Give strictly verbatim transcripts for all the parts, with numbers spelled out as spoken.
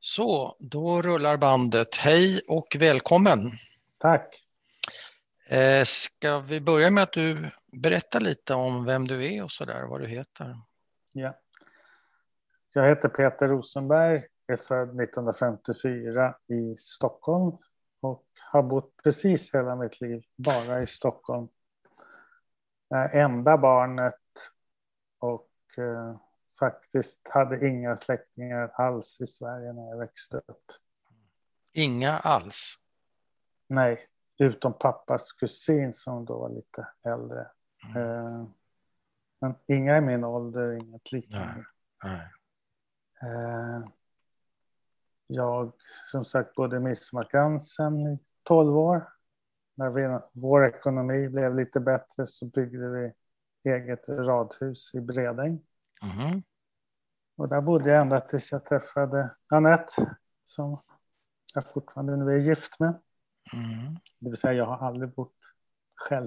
Så, då rullar bandet. Hej och välkommen. Tack. Eh, ska vi börja med att du berättar lite om vem du är och sådär, vad du heter? Ja. Jag heter Peter Rosenberg, är född nittonhundrafemtiofyra i Stockholm och har bott precis hela mitt liv bara i Stockholm. Jag är enda barnet och eh, faktiskt hade inga släktingar alls i Sverige när jag växte upp. Inga alls? Nej, utom pappas kusin som då var lite äldre. Mm. Eh, men inga i min ålder, inget liknande. Nej, nej. Eh, jag som sagt bodde i Midsommarkransen i tolv år. När vi, vår ekonomi blev lite bättre så byggde vi eget radhus i Bredäng. Mm. Och där bodde jag ända tills jag träffade Anette som jag fortfarande nu är gift med. Mm. Det vill säga jag har aldrig bott själv.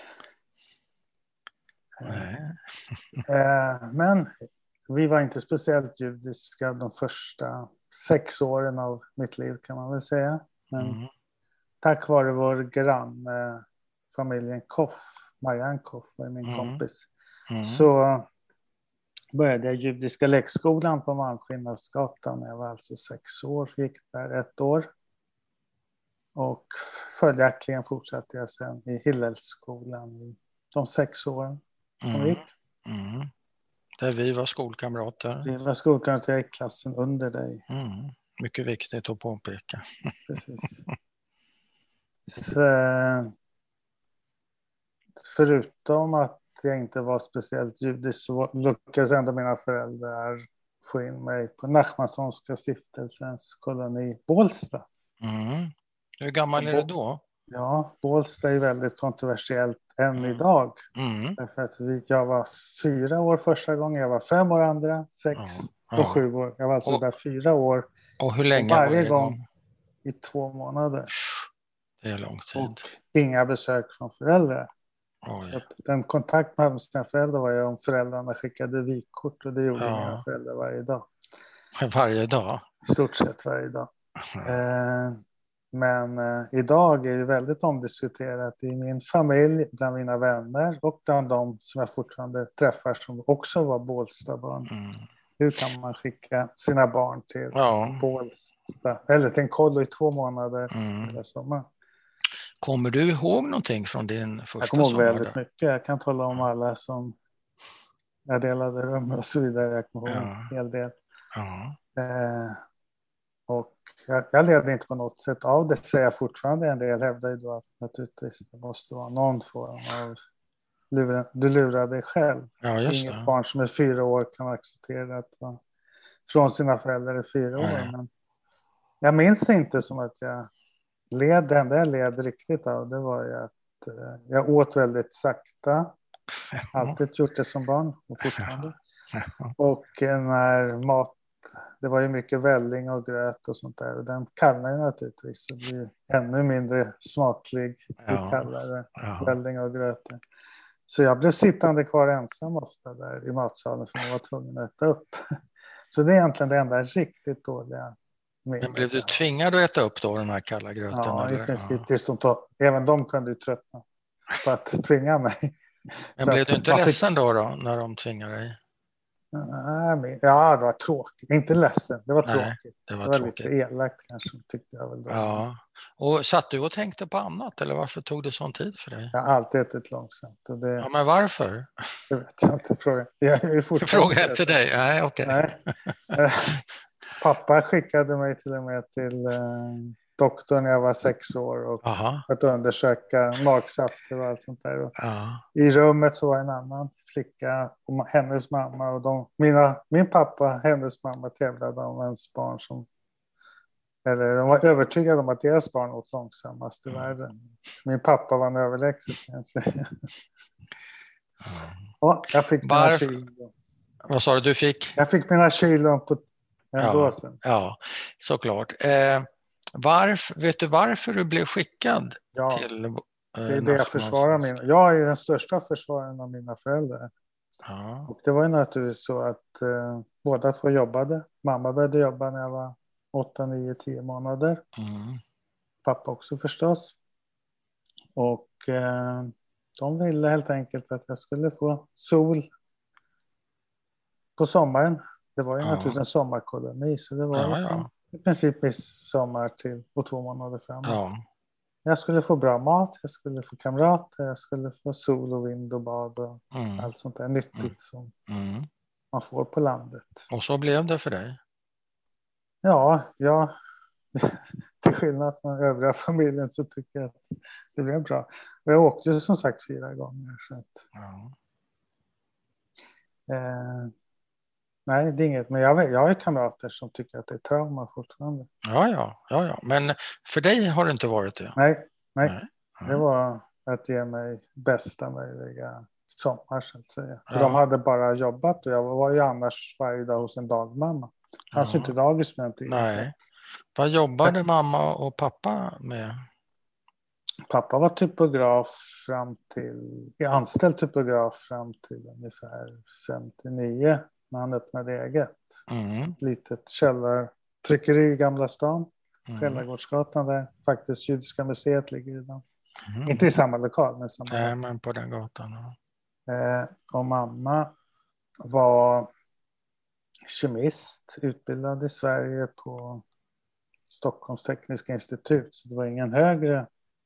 Nej. eh, men vi var inte speciellt judiska de första sex åren av mitt liv kan man väl säga. Men Mm. tack vare vår granne, familjen Koff, Marianne Koff var min Mm. kompis, Mm. så började jag judiska lekskolan på Malmskillnadsgatan. Jag var alltså sex år, gick där ett år. Och följaktligen fortsatte jag sen i Hillelskolan i de sex åren som Mm. gick. Mm. Där vi var skolkamrater. Vi var skolkamrater i klassen under dig. Mm. Mycket viktigt att påpeka. Precis. Så, förutom att jag inte var speciellt judisk så lyckades ändå mina föräldrar få in mig på Nachmansonska stiftelsens koloni Bålsta. Mm. Hur gammal är du då? Ja, Bålsta är väldigt kontroversiellt än Mm. idag. Mm. Därför att vi, jag var fyra år första gången, jag var fem år andra, sex Ja. och sju år. Jag var alltså Och, där fyra år. och hur länge och varje varje gång, gång? I två månader. Det är lång tid. Och inga besök från föräldrar. Oj. Så att den kontakt med sina föräldrar var ju om föräldrarna skickade vykort och det gjorde Ja. mina föräldrar varje dag. Varje dag? I stort sett varje dag. Eh, men eh, idag är det väldigt omdiskuterat i min familj, bland mina vänner och bland de som jag fortfarande träffar som också var Bålstabarn. Mm. Hur kan man skicka sina barn till Ja. Bålsta eller till en kollo i två månader Mm. hela sommaren? Kommer du ihåg någonting från din första Jag kommer ihåg sommar väldigt där? mycket. Jag kan tala om alla som jag delade rum och så vidare. Jag kommer ihåg Ja. en hel del. Ja. Eh, och jag, jag levde inte på något sätt av det, säger jag fortfarande. En del hävdar ju då att naturligtvis det måste vara någon form av luren. Du lurar dig själv. Ja, just Inget det. barn som är fyra år kan acceptera att vara från sina föräldrar i fyra Nej. år. Men jag minns inte som att jag led, det enda jag led riktigt av det var ju att eh, jag åt väldigt sakta. Alltid gjort det som barn och fortfarande. Och eh, när mat, det var ju mycket välling och gröt och sånt där. Och den kallnar ju naturligtvis. Det blir ännu mindre smaklig ju Ja. kallare Ja. välling och gröt. Så jag blev sittande kvar ensam ofta där i matsalen för jag var tvungen att äta upp. Så det är egentligen det enda riktigt dåliga. Men blev du tvingad att äta upp då den här kalla gröten? Ja, eller? i princip. Ja. Tills de tog, även de kunde ju tröttna på att tvinga mig. Men Så blev att du inte man fick- ledsen då, då när de tvingade dig? Nej, men- Ja, det var tråkigt. Inte ledsen, det var Nej, tråkigt. det var Det var tråkigt. lite elakt kanske, tyckte jag väl då. Ja. Och satt du och tänkte på annat eller varför tog det sån tid för dig? Jag har alltid ätit långsamt. Och det, Ja, men varför? det vet jag inte. Fråga. Jag är fortfarande Fråga till dig. Nej, okej. Nej. Eh, Pappa skickade mig till och med till eh, doktorn när jag var sex år och Aha. att undersöka magsafter och allt sånt där. Och Ja. i rummet så var en annan flicka och hennes mamma och de, mina, min pappa, hennes mamma tävlade om ens barn som, eller de var övertygade om att deras barn åt långsammast i världen. Min pappa var en överlägset, kan jag säga. Ja, jag fick mina Varför? kilon. Vad sa du du fick? Jag fick mina kilon på ändå Ja, sen. ja, såklart. Eh, varf, vet du varför du blev skickad Ja, till eh, det är det jag försvarar min. Jag är den största försvararen av mina föräldrar. Ja. Och det var ju naturligtvis så att eh, båda två jobbade. Mamma började jobba när jag var åtta, nio, tio månader. Mm. Pappa också förstås. Och eh, de ville helt enkelt att jag skulle få sol på sommaren. Det var ju Ja. naturligtvis en sommarkoloni, så det var Ja, ju ja. från i princip midsommar till och två månader framåt. Ja. Jag skulle få bra mat, jag skulle få kamrater, jag skulle få sol och vind och bad och Mm. allt sånt där nyttigt Mm. som Mm. man får på landet. Och så blev det för dig. Ja, jag, till skillnad från övriga familjen så tycker jag att det blev bra. Och jag åkte som sagt fyra gånger. Så att, Ja. eh, nej, det är inget. Men jag, jag har kamrater som tycker att det är trauma fortfarande. Ja, ja, ja, ja. Men för dig har det inte varit det. Nej, nej. Nej. Det var att ge mig bästa möjliga sommar så att säga. För Ja. de hade bara jobbat och jag var ju annars varje dag hos en dagmamma. Det fanns ju Ja. inte dagis med en tid. Nej. Vad jobbade mamma och pappa med? Pappa var typograf fram till, anställd typograf fram till ungefär femtionio när han öppnade eget. Mm. Litet källartryckeri i Gamla stan. Mm. Skällargårdsgatan där faktiskt Judiska museet ligger i den. Mm. Inte i samma lokal men samma. Nej, men på den gatan. Ja. Eh, och mamma var kemist, utbildad i Sverige på Stockholms tekniska institut. Så det var ingen högre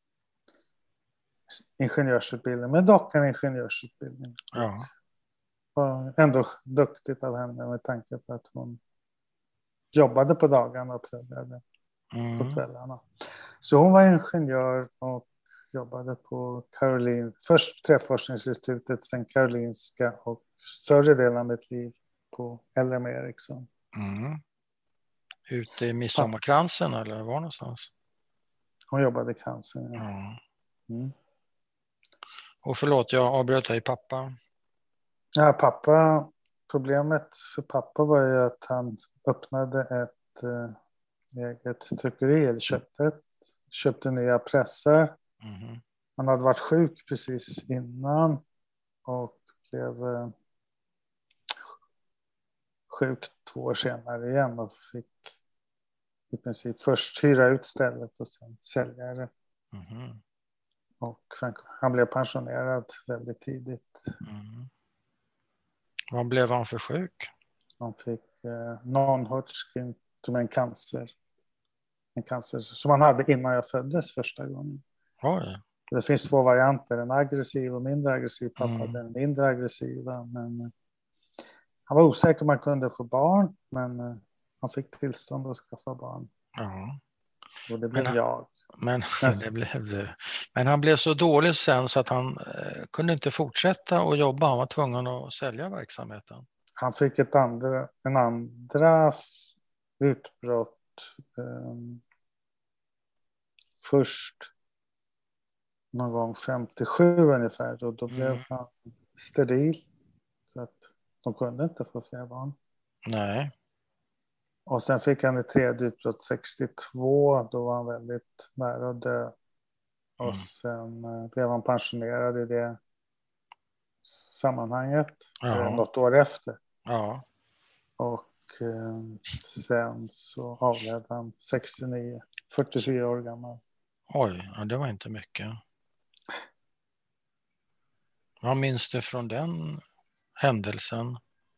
ingenjörsutbildning, men dock en ingenjörsutbildning. Ja. Var ändå duktigt av henne med tanke på att hon jobbade på dagarna och pluggade Mm. på kvällarna. Så hon var ingenjör och jobbade på Karolin, först Träforskningsinstitutet, sen Karolinska och större delen av mitt liv på L M Ericsson. Mm. Ute i Midsommarkransen eller var någonstans? Hon jobbade i cancer. Ja. Ja. Mm. Och förlåt, jag avbröt dig, pappa. Ja, pappa, problemet för pappa var ju att han öppnade ett eh, eget tryckeri, eller köpte, ett, köpte nya pressar. Mm. Han hade varit sjuk precis innan och blev eh, sjuk två år senare igen och fick i princip först hyra ut stället och sen sälja det. Mm. Och han blev pensionerad väldigt tidigt. Mm. Vad blev han för sjuk? Han fick eh, non-Hodgkin som en cancer. En cancer som han hade innan jag föddes första gången. Oj. Det finns två varianter, en aggressiv och mindre aggressiv. Pappa Mm. hade en mindre aggressiva. Men eh, han var osäker om man kunde få barn. Men eh, han fick tillstånd att skaffa barn. Ja. Och det blev Men han- jag. Men, Men- det blev det. Men han blev så dålig sen så att han eh, kunde inte fortsätta att jobba. Han var tvungen att sälja verksamheten. Han fick ett andra, en andra f- utbrott. Eh, först någon gång femtiosju ungefär. Och då blev Mm. han steril. Så att de kunde inte få fler barn. Nej. Och sen fick han ett tredje utbrott sextiotvå. Då var han väldigt nära att dö. Och Mm. sen eh, blev han pensionerad i det sammanhanget. Ja. Eh, något år efter. Ja. Och eh, sen så avled han sextionio. fyrtiofyra år gammal. Oj, ja, det var inte mycket. Vad minns du från den händelsen?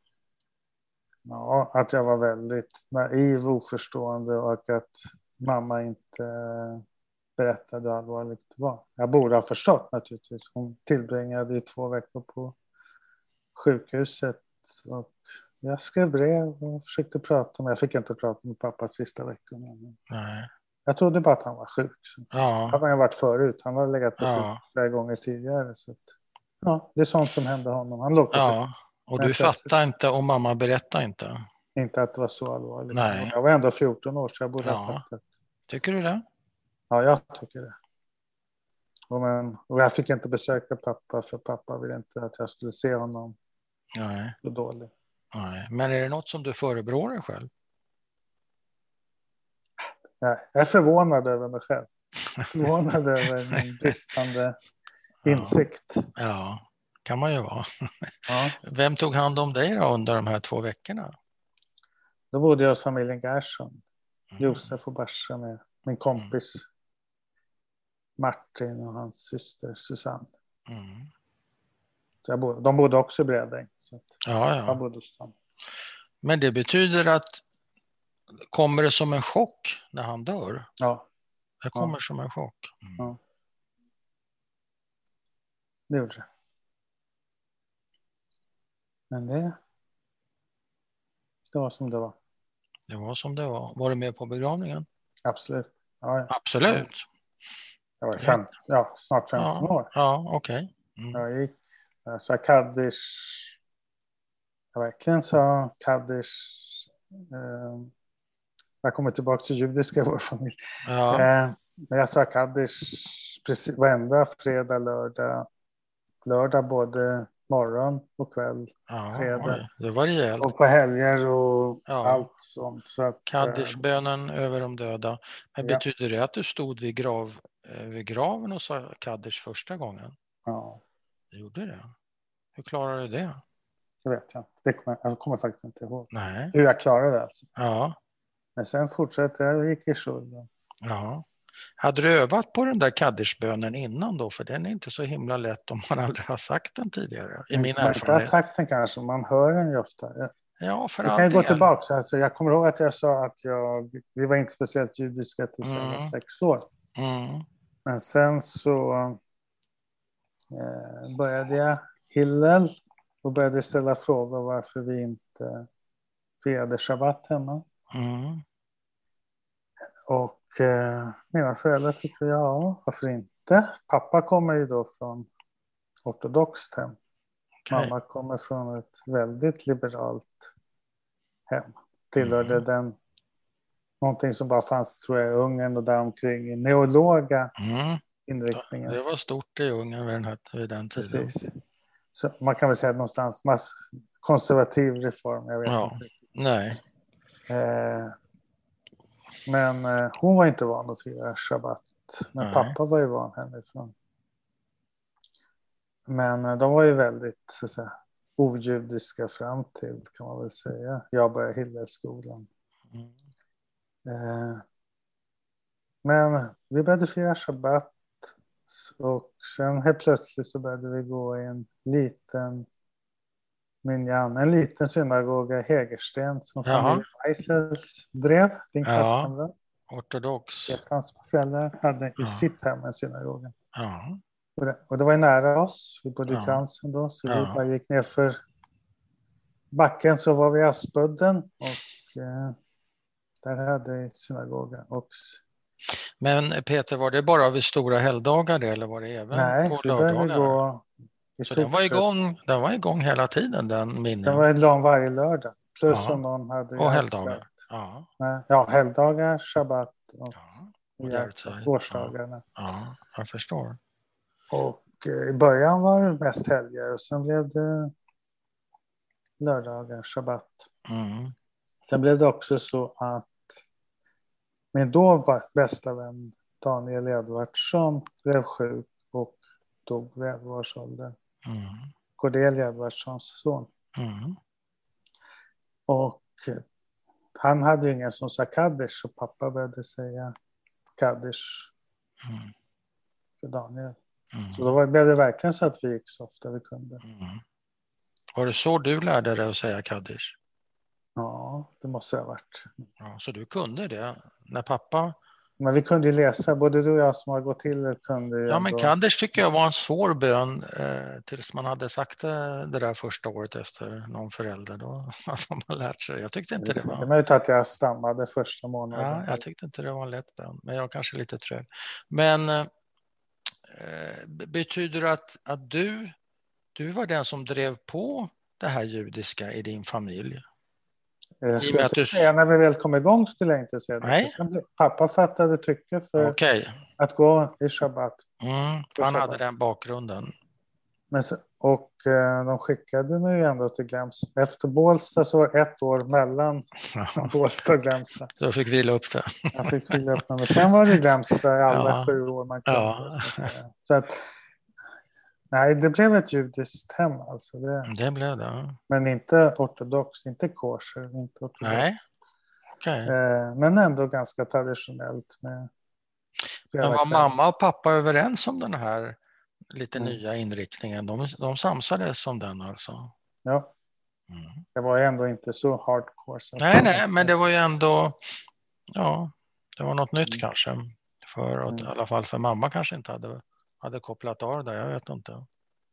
Ja, att jag var väldigt naiv, oförstående och att mamma inte berättade hur allvarligt det var. Jag borde ha förstått naturligtvis. Hon tillbringade ju två veckor på sjukhuset och jag skrev brev och försökte prata med. Jag fick inte prata med pappa sista veckorna. Nej. Jag trodde bara att han var sjuk. Ja. Han har ju varit förut. Han har legat på Ja. sjuk flera gånger tidigare. Så att, ja, det är sånt som hände honom. Han låg på sjuk. Ja. Och Men du plötsligt- fattar inte och mamma berättar inte. Inte att det var så allvarligt. Nej. Jag var ändå fjorton år så jag borde Ja. ha fattat. Tycker du det? Ja, jag tycker det. Och, men, och jag fick inte besöka pappa för pappa ville inte att jag skulle se honom Nej. så dålig. Nej. Men är det något som du förebrår dig själv? Jag jag är förvånad över mig själv. Förvånad över min bristande insikt. Ja, kan man ju vara. Ja. Vem tog hand om dig då under de här två veckorna? Då bodde jag hos familjen Gerson. Josef och Basha med min kompis Martin och hans syster Susanne. Mm. Så jag bodde, de bodde också i Bredäng. Så att Ja, jag ja. bodde hos dem. Men det betyder att kommer det som en chock när han dör? Ja. Det kommer Ja. som en chock. Mm. Ja. Det gjorde det. Men det, det var som det var. Det var som det var. Var du med på begravningen? Absolut. Ja, ja. Absolut. Jag var fem, ja, snart femton Ja, år. ja, okej. Okay. Mm. Jag gick, jag sa Kaddish. Jag verkligen sa Kaddish. Eh, jag kommer tillbaka till judiska i vår familj. Ja. Eh, men jag sa Kaddish precis varenda fredag, lördag. Lördag både morgon och kväll. Ja, Fredag. oj, det var rejält. Och på helger och Ja. allt sånt. Så att, Kaddish-bönen över de döda. Men ja. betyder det att du stod vid, grav, vid graven och sa Kaddish första gången? Ja. Du gjorde det? Hur klarade du det? Det vet jag. Det kommer, jag kommer faktiskt inte ihåg. Nej. Hur jag klarade det alltså. Ja. Men sen fortsatte jag och gick i shul. Ja. Hade du övat på den där Kaddish-bönen innan då? För den är inte så himla lätt om man aldrig har sagt den tidigare. I min man erfarenhet. inte har sagt den kanske, man hör den ju ofta. Ja, för jag all kan gå del. tillbaka. Alltså, jag kommer ihåg att jag sa att jag, vi var inte speciellt judiska tills jag var Mm. sex år. Mm. Men sen så eh, började jag Hillel och började ställa frågor varför vi inte firade shabbat hemma. Mm. Och eh, mina föräldrar tyckte, ja, varför inte? Pappa kommer ju då från ortodoxt hem. Okay. Mamma kommer från ett väldigt liberalt hem. Tillhörde Mm. den, någonting som bara fanns, tror jag, i Ungern och däromkring, i neologa mm. inriktningen. Det var stort i Ungern vid den, här, vid den tiden. Precis. Så man kan väl säga någonstans mass konservativ reform, jag vet Ja. inte. Nej. Eh, men eh, hon var inte van att fira shabbat. Men Nej. pappa var ju van hemifrån. Men eh, de var ju väldigt så att säga, ojudiska fram till, kan man väl säga. Jag började Hillelskolan. Mm. Eh, men vi började fira shabbat. Och sen helt plötsligt så började vi gå i en liten minjan, en liten synagoga i Hägersten som familjen Weissels drev, din klasskamrat. Ja, ortodox. Stefans föräldrar hade i Ja. sitt hem en synagoga. Ja. Och det, och det var ju nära oss, vi bodde i Ja. Kransen då, så Ja. vi bara gick ner för backen, så var vi i Aspudden och eh, där hade synagogan också. Men Peter, var det bara vid stora helgdagar det, eller var det även Nej, på vi började lördagar? gå i Så den var, sett. igång, den var igång hela tiden, den minnen? Den var igång varje lördag. Plus Ja. om någon hade Och helgdagar. Ja. Nej, ja, helgdagar, shabbat och, Ja. och Och hjärtsaj. årsdagarna. Ja. Ja, jag förstår. Och eh, i början var det mest helger och sen blev det lördagar, shabbat. Mm. Sen blev det också så att min då bästa vän Daniel Edvardsson blev sjuk och dog vid elva års ålder. Mm. Cordelia Edvardssons son. Mm. Och eh, han hade ju ingen som sa Kaddish, så pappa började säga Kaddish Mm. för Daniel. Mm. Så då var, blev det verkligen så att vi gick så ofta vi kunde. Mm. Var det så du lärde dig att säga Kaddish? Ja, det måste det ha varit. Ja, så du kunde det när pappa... Men vi kunde ju läsa, både du och jag som har gått till kunde ju Ja, men ändå... Kaddish tycker jag var en svår bön eh, tills man hade sagt det, det där första året efter någon förälder. Då har man lärt sig. Jag tyckte inte det, det var... var... Det är möjligt att jag stammade första månaden. Ja, jag tyckte inte det var en lätt bön, men jag kanske lite trög. Men eh, betyder det att, att du, du var den som drev på det här judiska i din familj? Jag skulle inte du... säga, när vi väl kom igång skulle jag inte säga det. Nej. Sen, pappa fattade tycke för okay. att gå i shabbat. Mm, han shabbat. hade den bakgrunden. Men, och eh, de skickade mig ju ändå till Glämsta. Efter Bålsta så var ett år mellan ja. Bålsta och Glämsta. Så fick vila upp det. Jag fick vila upp det. Men sen var det Glämsta i alla ja. sju år man kunde. Ja. Så att, så att, nej, det blev ett judiskt hem alltså. Det, det blev det. Men inte ortodox, inte kosher. Inte ortodox. Nej, okej. Okay. Eh, men ändå ganska traditionellt. Med men var mamma och pappa överens om den här lite mm. nya inriktningen? De, de samsades om den alltså? Ja. Mm. Det var ju ändå inte så hardcore. Så nej, nej, men det var ju ändå, ja, det var något nytt mm. kanske. För att, mm. i alla fall för mamma kanske inte hade, hade kopplat av det, jag vet inte.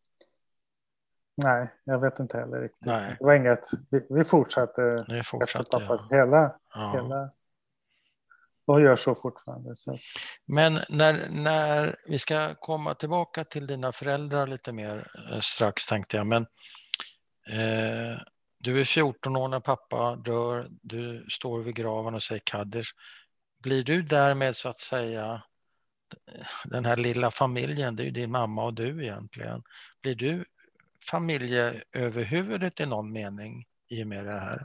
Nej, jag vet inte heller riktigt. Nej. Det var inget, vi, vi fortsatte, vi fortsatte efter pappas ja. hela, ja. hela, och gör så fortfarande. Så. Men när, när vi ska komma tillbaka till dina föräldrar lite mer eh, strax tänkte jag, men eh, du är fjorton år när pappa dör, du står vid graven och säger Kaddish. Blir du därmed så att säga den här lilla familjen, det är ju din mamma och du egentligen. Blir du familjeöverhuvudet i någon mening i och med det här?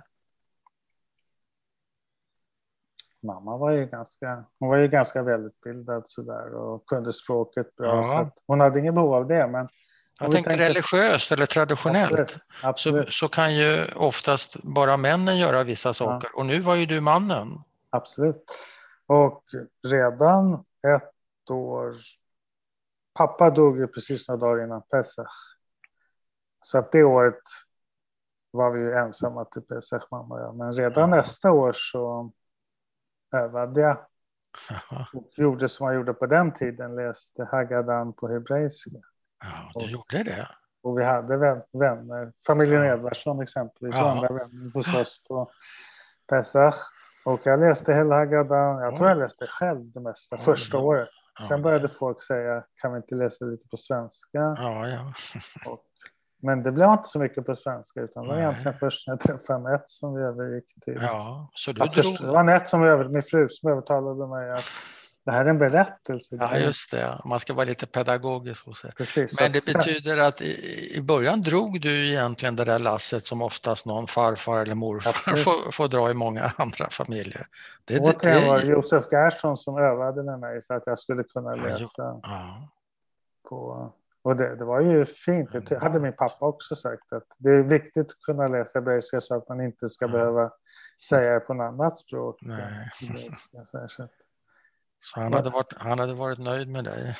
Mamma var ju ganska, hon var ju ganska välutbildad sådär och kunde språket bra. Ja. Så att hon hade ingen behov av det. Men jag tänkte tänkte... religiöst eller traditionellt. Absolut. Absolut. Så, så kan ju oftast bara männen göra vissa saker. Ja. Och nu var ju du mannen. Absolut. Och redan ett år... Pappa dog ju precis några dagar innan Pesach. Så att det året var vi ju ensamma till Pesach, mamma och jag. Men redan ja. nästa år så övade jag. Och gjorde som man gjorde på den tiden. Läste Haggadan på hebreiska. Ja, du och, gjorde det. Och vi hade vänner. Familjen ja. Edvardsson exempelvis. Ja. Och andra vänner hos oss på Pesach. Och jag läste hela Haggadan. Jag tror jag läste själv det mesta ja, första ja. året. Sen började folk säga, kan vi inte läsa lite på svenska? Ja, ja. Och, men det blev inte så mycket på svenska, utan det var egentligen först när jag träffade Anette som vi övergick till. Ja, så du drog... först, det var Anette som över, min fru som övertalade mig att det här är en berättelse. Ja, just det. Man ska vara lite pedagogisk hos sig. Precis, men det sen... betyder att i, i början drog du egentligen det där lasset som oftast någon farfar eller morfar får, får dra i många andra familjer. Det, Återigen det, var det Josef Gerson som övade med mig så att jag skulle kunna läsa. Ja, ja. På, och det, det var ju fint. Det hade min pappa också sagt att det är viktigt att kunna läsa hebreiska så att man inte ska ja. behöva säga det på något annat språk. Nej. Så Så han hade, varit, han hade varit nöjd med dig.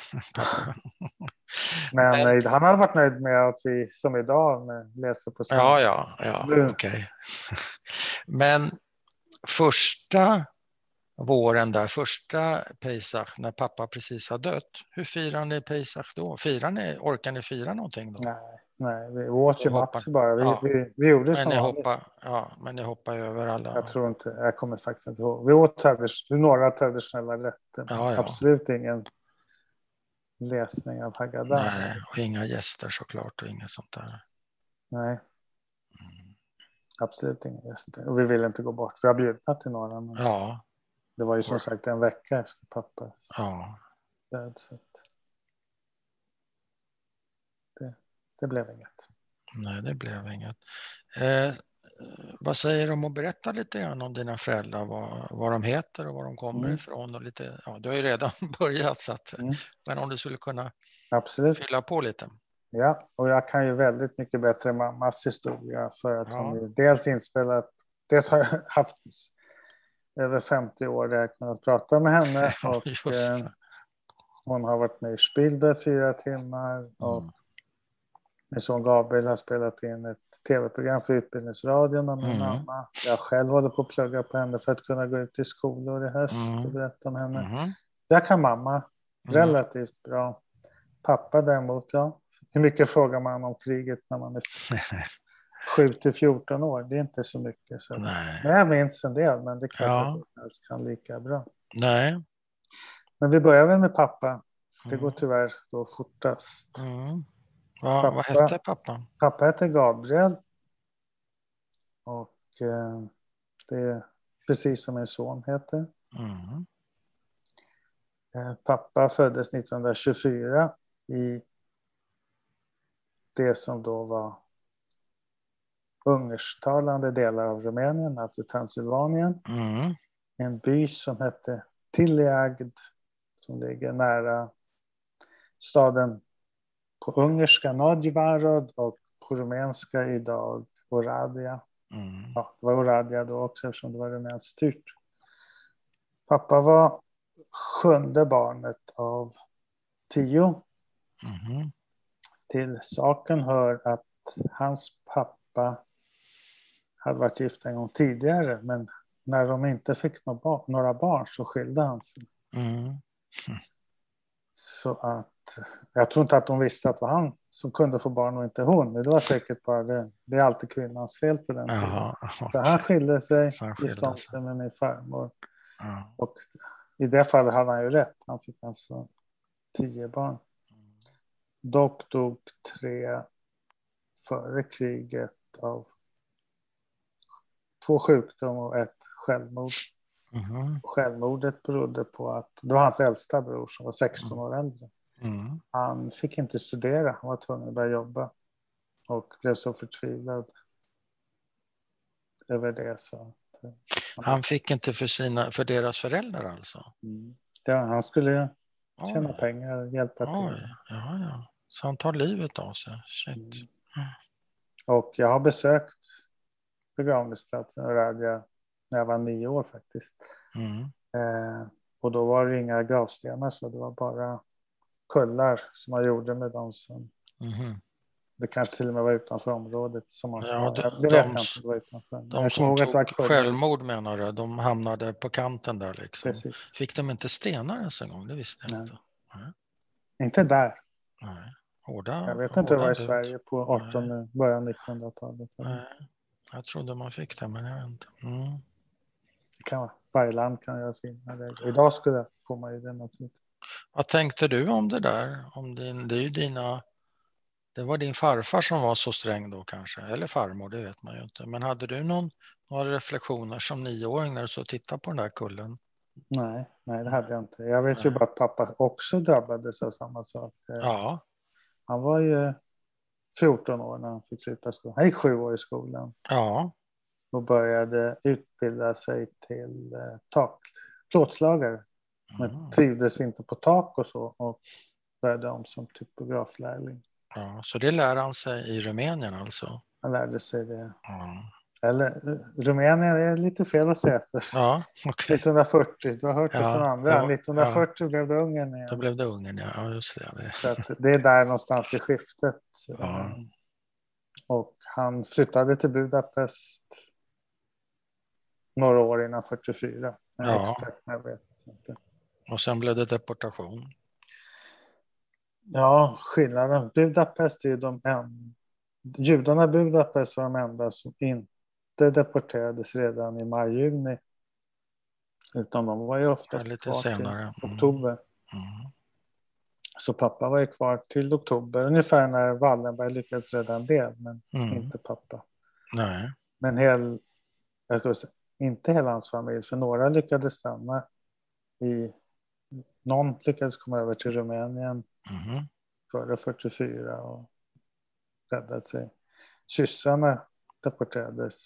Men, Men han hade varit nöjd med att vi som idag med läser på svenska. Ja, ja, ja okej. Okay. Men första våren där, första Pesach, när pappa precis har dött. Hur firar ni Pesach då? Firar ni, orkar ni fira någonting då? Nej, nej vi åt ju match bara. Vi, ja. vi, vi gjorde men, ni hoppa, ja, men ni hoppar över alla. Jag tror inte, jag kommer faktiskt inte ihåg. Vi åt tradis- några traditionella rätter. Ja, ja. Absolut ingen läsning av Haggadah. Nej, och inga gäster såklart och inget sånt där. Nej. Mm. Absolut inga gäster. Och vi vill inte gå bort. Vi har bjudit till några. Men... Ja. Det var ju som sagt en vecka efter pappas ja. död. Så det, det blev inget. Nej, det blev inget. Eh, vad säger du om att berätta lite grann om dina föräldrar? Vad, vad de heter och var de kommer mm. ifrån? Och lite, ja, du har ju redan börjat. Så att, mm. Men om du skulle kunna Absolut. fylla på lite. Ja, och jag kan ju väldigt mycket bättre mammas historia. För att ja. hon är dels inspelat. Dels har jag haft... över femtio år där jag kunnat prata med henne och eh, hon har varit med i Spielberg fyra timmar mm. och min son Gabriel har spelat in ett tv-program för Utbildningsradion om min mm. mamma. Jag själv håller på att plugga på henne för att kunna gå ut i skolor i höst mm. och berätta om henne. Mm. Jag kan mamma relativt mm. bra. Pappa däremot, ja. Hur mycket frågar man om kriget när man är sju till fjorton år, det är inte så mycket. Så. Nej. Men jag minns en del, men det kan ja. inte alls kan lika bra. Nej. Men vi börjar väl med pappa. Det mm. går tyvärr då fortast. Mm. Ja, pappa, vad hette pappa? Pappa hette Gabriel. Och eh, det är precis som min son heter. Mm. Eh, pappa föddes nittonhundratjugofyra i det som då var ungersktalande delar av Rumänien, alltså Transylvanien. Mm. En by som hette Tiliagd som ligger nära staden på ungerska Nagyvárad och på rumänska idag Oradea. Mm. Ja, det var Oradea då också eftersom det var rumänskt styrt. Pappa var sjunde barnet av tio. Mm. Till saken hör att hans pappa hade varit gift en gång tidigare, men när de inte fick några barn så skilde han sig. Mm. Mm. Så att jag tror inte att de visste att det var han som kunde få barn och inte hon. Men det var säkert bara det. Det är alltid kvinnans fel på den tiden. Jaha, okay. Så han skilde sig, Så han gifte om skilde sig. sig med min farmor. Ja. Och i det fallet hade han ju rätt. Han fick alltså tio barn. Dock dog tre före kriget av två sjukdomar och ett självmord. Mm. Självmordet berodde på att det var hans äldsta bror som var sexton år äldre. Mm. Han fick inte studera, han var tvungen att börja jobba. Och blev så förtvivlad över det. Så att, han fick inte för, sina, för deras föräldrar alltså? Mm. Ja, han skulle tjäna Oj. pengar och hjälpa Oj. till. Ja, ja. Så han tar livet av sig. Shit. Mm. Och jag har besökt begravningsplatsen och Radja när jag var nio år faktiskt. Mm. Eh, och då var det inga gravstenar, så det var bara kullar som man gjorde med dem som... Mm. Det kanske till och med var utanför området som man Ja, de, det vet de, jag inte, det var utanför. De jag som tog att självmord menar du, de hamnade på kanten där liksom. Precis. Fick de inte stenar ens en gång? Det visste jag Nej. inte. Nej. Inte där. Nej. Hårda, jag vet hårda inte hur det var i bud. Sverige på artonhundratalet, början nittonhundratalet. Nej. Jag trodde man fick det, men jag vet inte. Mm. Det kan vara. Varje land kan göra sina regler. Idag skulle få man ju det naturligtvis. Vad tänkte du om det där? Om din, det är ju dina... Det var din farfar som var så sträng då kanske. Eller farmor, det vet man ju inte. Men hade du någon, några reflektioner som nioåring när du så tittade på den där kullen? Nej, nej det hade jag inte. Jag vet nej. ju bara att pappa också drabbades av samma sak. Ja. Han var ju fjorton år när han fick sluta skolan. Han gick sju år i skolan. Ja. Och började utbilda sig till eh, tak, plåtslagare. Men mm. trivdes inte på tak och så. Och började om som typograflärling. Ja, så det lär han sig i Rumänien alltså? Han lärde sig det. Ja. Eller Rumänien är lite fel att säga för. Ja, okay. nittonhundrafyrtio, du har hört det ja, från andra. Ja, nittonhundrafyrtio ja. blev det Ungern igen. Då blev det Ungern, ja, just det. det. Så att det är där någonstans i skiftet. Ja. Och han flyttade till Budapest några år innan fyrtiofyra. Ja. Exakt, jag vet inte. Och sen blev det deportation. Ja, skillnaden. Budapest är ju de enda. Judarna i Budapest var de enda som inte deporterades redan i maj-juni. Utan de var ju oftast ja, lite kvar senare. till oktober. Mm. Mm. Så pappa var ju kvar till oktober. Ungefär när Wallenberg lyckades rädda en del. Men mm. inte pappa. Nej. Men hel, jag ska säga, inte hela hans familj. För några lyckades stanna i... Någon lyckades komma över till Rumänien. Mm. Före fyrtiofyra och räddade sig. Systrarna deporterades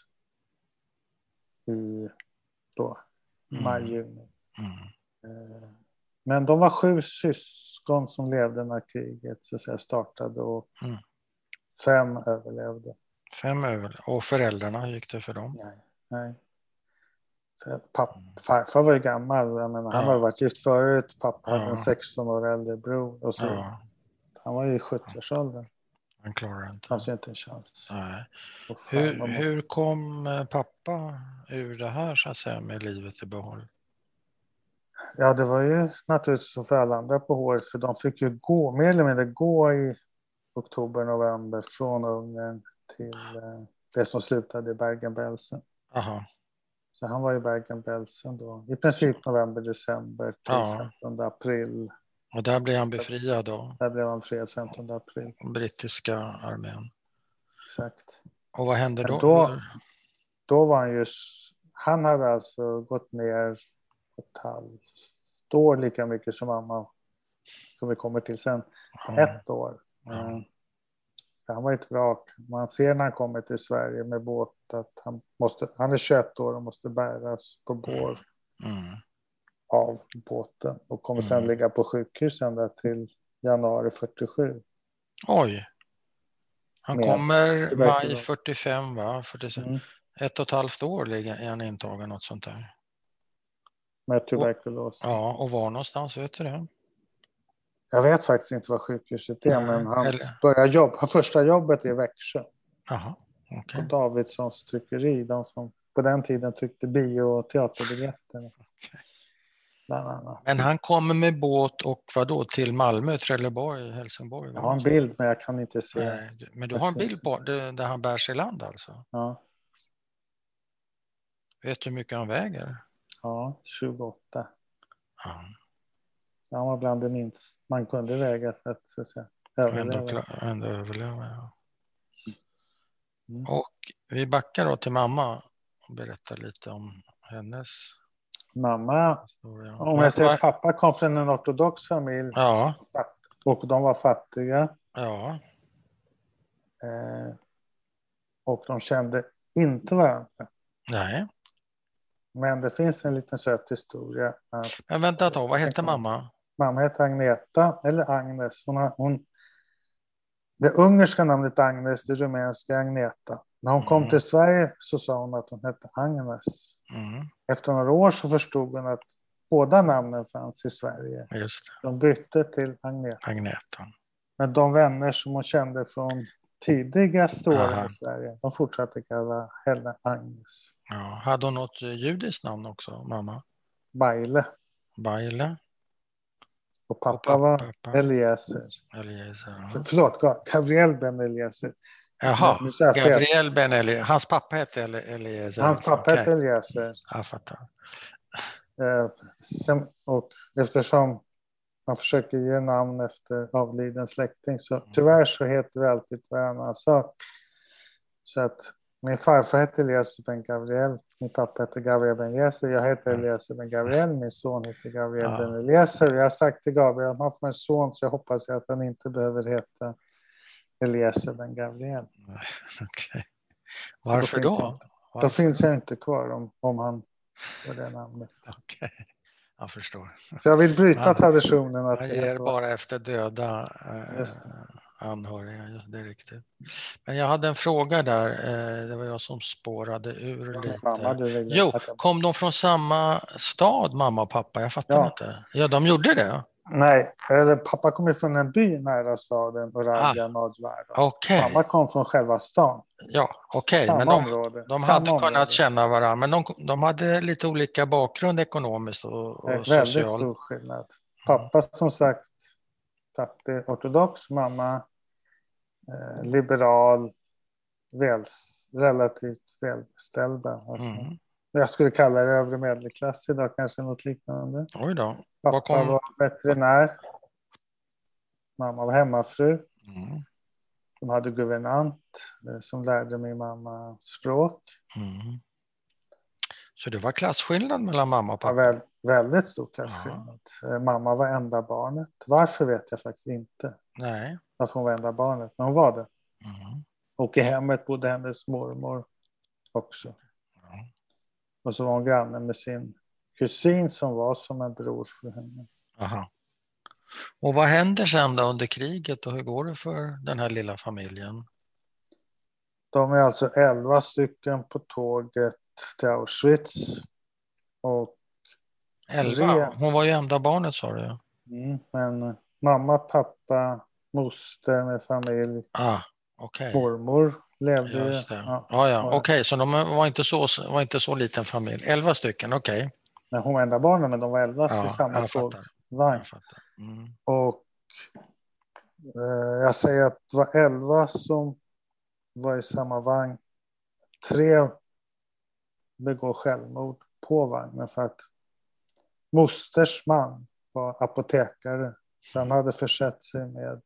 i då mm. maj-juni. Mm. Men de var sju syskon som levde när kriget så att säga, startade och mm. fem överlevde. Fem överlevde. Och föräldrarna, hur gick det för dem? Nej, nej. Så pappa, farfar var ju gammal, jag menar, ja. han hade varit gift förut, pappa ja. hade en sexton år äldre bror och så. Ja. Han var ju i sjuttioårsåldern. Han klarar inte. Han ser inte en chans. Nej. Hur, hur kom pappa ur det här så att säga med livet i behåll? Ja, det var ju naturligtvis så för alla andra på håret, för de fick ju gå, mer eller mindre gå i oktober, november från Ungern till eh, det som slutade i Bergen-Belsen. Aha. Så han var i Bergen-Belsen då, i princip november, december till ja. femtonde april. Och där blev han befriad då? Där blev han befriad femtonde april. Brittiska armén. Exakt. Och vad hände då? då? Då var han just, han hade alltså gått ner ett halvt år lika mycket som mamma, som vi kommer till sen. Ja. Ett år. Ja. Han var ett vrak. Man ser när han kommer till Sverige med båt att han, måste, han är tjugoett år och måste bäras på bår mm. av båten. Och kommer mm. sen ligga på sjukhus ända till januari fyrtiosju. Oj! Han med, kommer maj fyrtiofem va? fyrtiofem. Mm. Ett och ett halvt år ligger, är han intagen något sånt där. med tuberkulos. Och, ja, och var någonstans, vet du det? Jag vet faktiskt inte vad sjukhuset är, Nej, men han eller- började jobba. Första jobbet i Växjö. Jaha, På okej. Davidssons tryckeri. De som på den tiden tryckte bio- och teaterbiljetter. Bland annat. Men han kommer med båt och vad då till Malmö, Trelleborg, Helsingborg? Jag har en bild, men jag kan inte se. Nej, du- men du har en bild på det, där han bär sig i land alltså? Ja, Vet du hur mycket han väger? ja tjugoåtta. Ja, Han var bland det minst man kunde väga för att, så att säga, ändå, överleva. klar, ändå överleva. Ja. Mm. Och vi backar då till mamma och berättar lite om hennes Mamma, historia. om jag säger att pappa kom från en ortodox familj. Ja. Och de var fattiga. Ja. Eh, och de kände inte varandra. Nej. Men det finns en liten söt historia. Att Men vänta då, vad hette mamma? mamma heter Agneta, eller Agnes. Hon har, hon, det ungerska namnet Agnes, det rumänska Agneta. När hon kom Mm. till Sverige så sa hon att hon hette Agnes. Mm. Efter några år så förstod hon att båda namnen fanns i Sverige. Just det, De bytte till Agneta. Agneta. Men de vänner som hon kände från tidigaste åren Aha. i Sverige, de fortsatte kalla henne Agnes. Ja. Hade hon något judiskt namn också, mamma? Baile. Baile? Och pappa, Och pappa, var pappa. Eliezer. Eliezer, ja. För, förlåt, Gabriel Ben Eliezer. Jaha, Nu sa jag fel. Gabriel Ben Eliezer. Hans pappa hette Eli- Eliezer. Hans alltså. pappa hette Okej. Eliezer. Jag fattar. Eh, sen, och eftersom man försöker ge namn efter avliden släkting så tyvärr så heter vi alltid varannan sak. Så att min farfar hette Eliezer Ben Gabriel, min pappa hette Gabriel Ben Eliezer, jag heter Mm. Eliezer Ben Gabriel, min son heter Gabriel Ja. Ben Eliezer. Jag har sagt till Gabriel att han får en son så jag hoppas att han inte behöver heta Eliezer Ben Gabriel. Okej. Så Varför då? Finns då? jag, Varför då finns jag inte kvar om, om han får det namnet. Okej, jag förstår. Så jag vill bryta Man- traditionen att Man vi ger heter- bara efter döda eh, Just anhöriga, just det är riktigt. Men jag hade en fråga där, eh, det var jag som spårade ur lite. Mamma, du vill Jo, att jag- kom de från samma stad, mamma och pappa? Jag fattar Ja. inte. Ja, de gjorde det? Nej, eller pappa kom från en by nära staden Oradja Nadjvarda. Okej, Mamma kom från själva stan. ja, okej. Samma Men de, område. de Samma hade område. kunnat känna varandra, men de, de hade lite olika bakgrund ekonomiskt och, Det är och väldigt socialt. stor skillnad. Pappa som sagt fattig ortodox, mamma eh, liberal, väl, relativt välbeställda. Alltså. Mm. Jag skulle kalla det övre medelklass idag, kanske något liknande. Oj då. Var Pappa kom... var veterinär. Mamma var hemmafru. Mm. De hade guvernant eh, som lärde min mamma språk. Mm. Så det var klasskillnad mellan mamma och Det var pappa? väl, väldigt stor klasskillnad. Eh, Mamma var enda barnet. Varför vet jag faktiskt inte. Nej. Varför hon var enda barnet. Men hon var det. Mm. Och i hemmet bodde hennes mormor också. Ja. Och så var hon granne med sin kusin som var som en bror för henne. Aha. Och vad händer sen då under kriget och hur går det för den här lilla familjen? De är alltså elva stycken på tåget till Auschwitz. Och Elva? tre- Hon var ju enda barnet, sa du. Mm, men mamma, pappa, moster med familj, Ah, okej. mormor levde ju. Just det. Ja, Ja, ja. och- Okej, så de var inte så, var inte så liten familj. Elva stycken, okej. Men hon var enda barnen, men de var elva Ja, i samma jag fattar. tågvagn. Jag fattar. Mm. Och eh, jag säger att det var elva som var i samma vagn. Tre begår självmord på vagnen för att mosters man var apotekare. Så han hade försett sig med,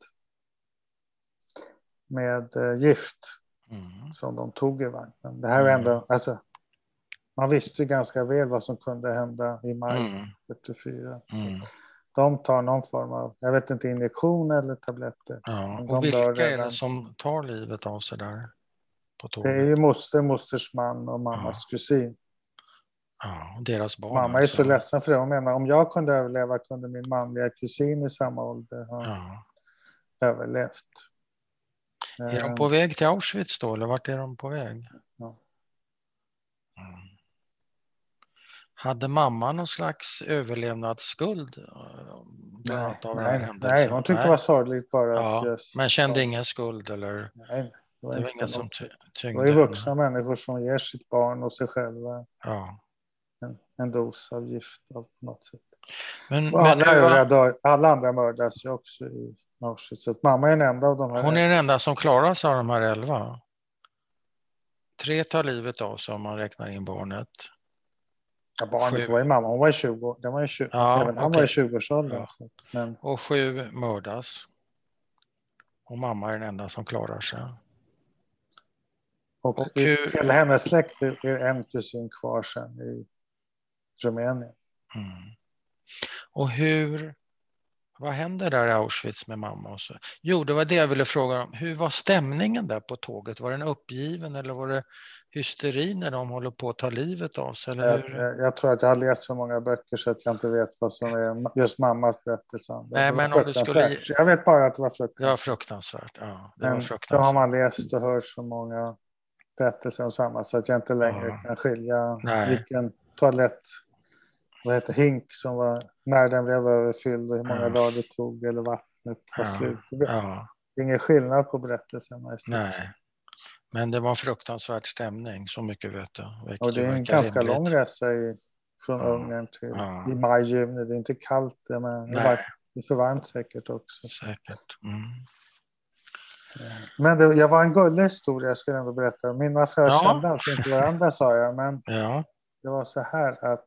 med eh, gift Mm. som de tog i vagnen. Det här är ändå, alltså, man visste ju ganska väl vad som kunde hända i maj Mm. fyrtiofyra. Mm. De tar någon form av, jag vet inte, injektion eller tabletter. Ja. Men Och de vilka dör är det redan. som tar livet av sig där på Det är tåget? ju moster, mosters man och mammas kusin. Ja, och deras barn. Mamma är alltså. så ledsen för det. Hon menar, om jag kunde överleva kunde min manliga kusin i samma ålder ha Ja. överlevt. Är de Eh, på väg till Auschwitz då, eller vart är de på väg? Ja. Mm. Hade mamma någon slags överlevnadsskuld? eh, Bland Nej, annat av den här nej, nej, händelsen? hon tyckte Nej. det var sorgligt bara att Ja, just... men kände ingen skuld eller? Nej, det var Det var inte inget som något. ty- Det var ju tyngde henne? vuxna människor som ger sitt barn och sig själva Ja. en, en dos av gift av något sätt. Men, Och men alla, hur övriga var, dör, alla andra mördas ju också i Auschwitz. Så att mamma är den enda av de här. hon är den enda som klarar sig av de här elva. Tre tar livet av sig om man räknar in barnet. Ja, barnet Sju. var ju mamma, hon var ju tjugo. Den var ju tjugo. Ja, Även han okej. var i tjugoårsåldern. Ja. Så, men, Och sju mördas. Och mamma är den enda som klarar sig. och Och i, hur, hela hennes släkt är är en kusin kvar sen i Rumänien. mm. Och hur, vad händer där i Auschwitz med mamma? Och så? Jo, det var det jag ville fråga om. Hur var stämningen där på tåget? Var den uppgiven eller var det hysteri när de håller på att ta livet av sig? Eller Jag, hur? jag, jag tror att jag har läst så många böcker så att jag inte vet vad som är just mammas berättelse. Det, Nej, det var men om du skulle... fruktansvärt. Jag vet bara att det var Det var fruktansvärt. fruktansvärt. Ja, det Men var så har fruktansvärt. man läst och hört så många berättelser om samma så att jag inte längre Ja. kan skilja Nej. vilken toalett, vad heter hink som var, när den blev överfylld och hur många Ja. dagar det tog eller vattnet var Ja. slut. Det Ja. är ingen skillnad på berättelserna. Nej. Men det var en fruktansvärd stämning, så mycket vet jag. Vilket Och det är en verkar ganska rimligt. lång resa i, från Ja. Ungern till Ja. i maj, juni. Det är inte kallt, det, men det Nej. var det är för varmt säkert också. Säkert. Mm. Men det, jag var en gullig historia jag skulle ändå berätta. Mina föräldrar Ja. kände alltså inte varandra, sa jag, men Ja. det var så här att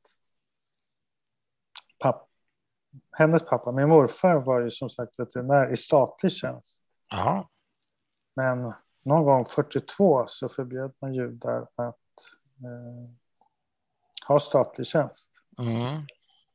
papp, hennes pappa, min morfar, var ju som sagt veterinär i statlig tjänst. Ja. Men någon gång fyrtiotvå så förbjöd man judar att eh, ha statlig tjänst. Mm.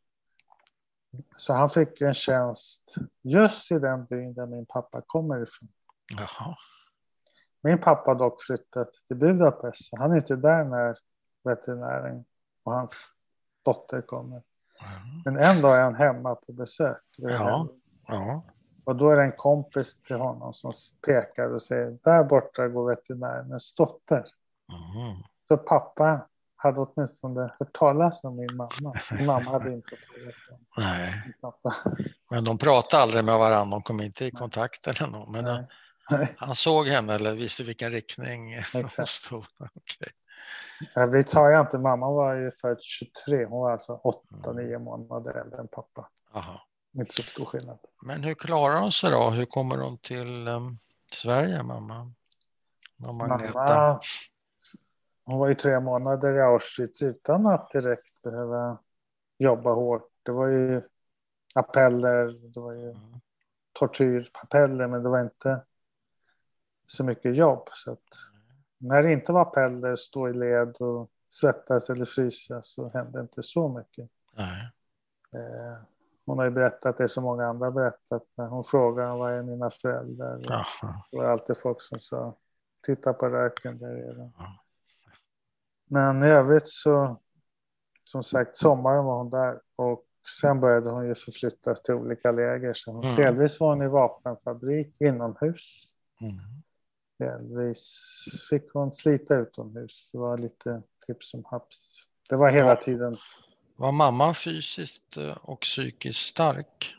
Så han fick en tjänst just i den byn där min pappa kommer ifrån. Jaha. Min pappa dock flyttat till Budapest, så han är inte där när veterinären och hans dotter kommer. Mm. Men en dag är han hemma på besök. Ja. Ja. Och då är det en kompis till honom som pekar och säger, där borta går veterinärens dotter. Mm. Så pappa hade åtminstone hört talas om min mamma. Min mamma hade inte hört talas om Nej. min pappa. Men de pratade aldrig med varandra, de kom inte i kontakt eller något. Men Nej. han såg henne eller visste vilken riktning hon Exakt. stod. Okay. Ja, vi tar ju inte, mamma var ju född tjugotre, hon var alltså åtta nio månader äldre än pappa. Aha. Inte så stor skillnad. Men hur klarar hon sig då? Hur kommer de till um, Sverige, mamma? Mamma Agneta? Mamma, hon var ju tre månader i Auschwitz utan att direkt behöva jobba hårt. Det var ju appeller, det var ju Mm. tortyrappeller, men det var inte så mycket jobb. Så att när det inte var appeller, stå i led och svettas eller frysa, så hände inte så mycket. Nej. Eh, hon har ju berättat det som många andra berättat. När hon frågar vad är mina föräldrar. Jaha. Det var alltid folk som sa, titta på röken där redan. Ja. Men i övrigt så, som sagt, sommaren var hon där. Och sen började hon ju förflyttas till olika läger. Så hon, Mm. delvis var hon i vapenfabrik inomhus. Mm. Delvis fick hon slita utomhus. Det var lite hipp som haps. Det var hela Ja. tiden. Var mamma fysiskt och psykiskt stark?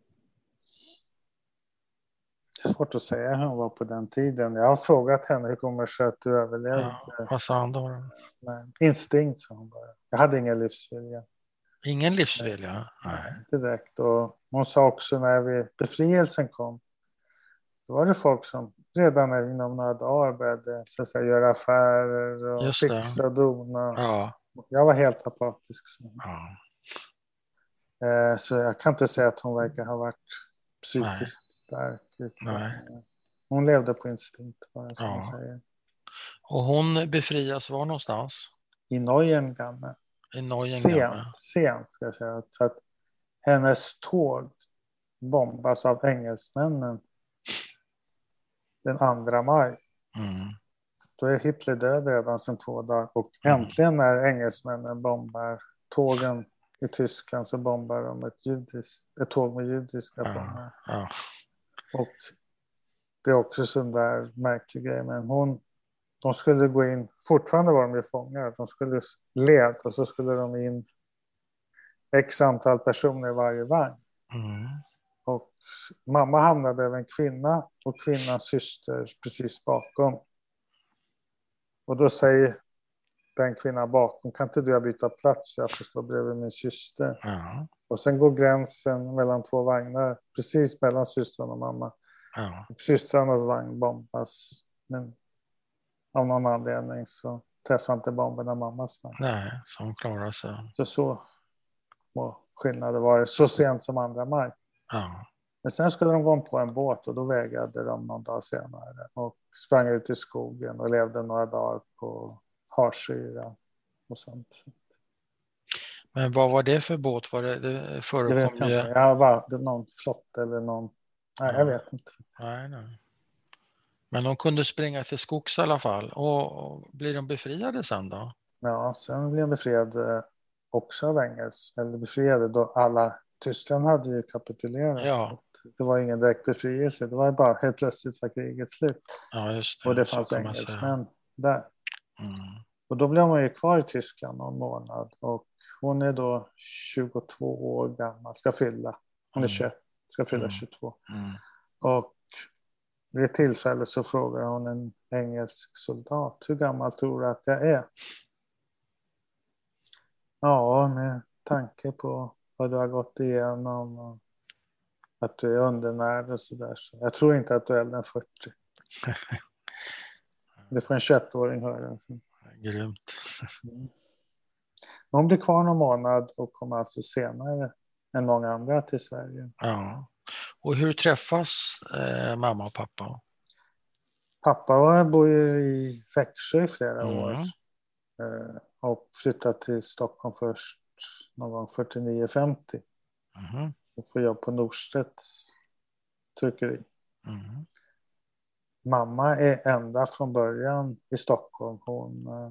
Det är svårt att säga hur hon var på den tiden. Jag har frågat henne hur kommer det sig att du överlevde. Ja, vad sa han då? Men instinkt, sa hon bara. Jag hade ingen livsvilja. Ingen livsvilja? Nej. Inte direkt. Och hon sa också när vi, befrielsen kom. Då var det folk som redan inom några dagar började så att säga, göra affärer och Just det. fixa och dona. Ja. Jag var helt apatisk. Så. Ja. Eh, så jag kan inte säga att hon verkar ha varit psykiskt Nej. stark. Utan, Nej. hon levde på instinkt, bara som Ja. man säger. Och hon befrias var någonstans? I Neuengamme. I Neuengamme. Sent, sent ska jag säga. Så att hennes tåg bombas av engelsmännen den andra maj. Mm. Då är Hitler död redan sedan två dagar. Och Mm. äntligen när engelsmännen bombar tågen i Tyskland, så bombar de ett, judiskt, ett tåg med judiska fångar. Ja. Ja. Och det är också sån där märklig grej. Men hon, de skulle gå in, fortfarande var de ju fångar. De skulle led och så skulle de in x antal personer i varje vagn. Mm. Och mamma hamnade över en kvinna och kvinnans syster precis bakom. Och då säger den kvinnan bakom, kan inte du byta plats så jag får stå bredvid min syster. Ja. Och sen går gränsen mellan två vagnar, precis mellan systern och mamma. Ja. Och systrarnas vagn bombas. Men av någon anledning så träffar inte bomberna mammas vagn. Nej, som klarar sig. Så så må skillnader var det så sent som andra maj. Ja. Men sen skulle de gå på en båt och då vägrade de någon dag senare. Och sprang ut i skogen och levde några dagar på harsyra och sånt. Men vad var det för båt? Var det, det förekom Det vet jag ju... inte. Jag var det någon flott eller någon... Nej, Ja. jag vet inte. Nej, nej. Men de kunde springa till skogs i alla fall. Och, och blir de befriade sen då? Ja, sen blev de befriade också av engels. Eller befriade då alla... Tyskland hade ju kapitulerat. Ja. Det var ingen direkt befrielse. Det var bara helt plötsligt var kriget slut. Ja, just det. Och det Så fanns kan man säga. engelsmän där. Mm. Och då blev man ju kvar i Tyskland någon månad. Och hon är då tjugotvå år gammal. Ska fylla. Hon är Mm. tjugoett. Ska fylla Mm. tjugotvå. Mm. Och vid ett tillfälle så frågar hon en engelsk soldat. Hur gammal tror du att jag är? Ja, med tanke på vad du har gått igenom. Och att du är undernärd och sådär. Så jag tror inte att du är äldre än fyrtio. Det får en tjugoett-åring höra. Grymt. Mm. Hon blir kvar någon månad och kommer alltså senare än många andra till Sverige. Ja. Och hur träffas eh, mamma och pappa? Pappa bor ju i Växjö i flera Mm. år. Eh, och flyttade till Stockholm först någon gång fyrtionio femtio. Mm. Och får jobb på Norstedts tryckeri. Mm. Mamma är ända från början i Stockholm. Hon... Eh,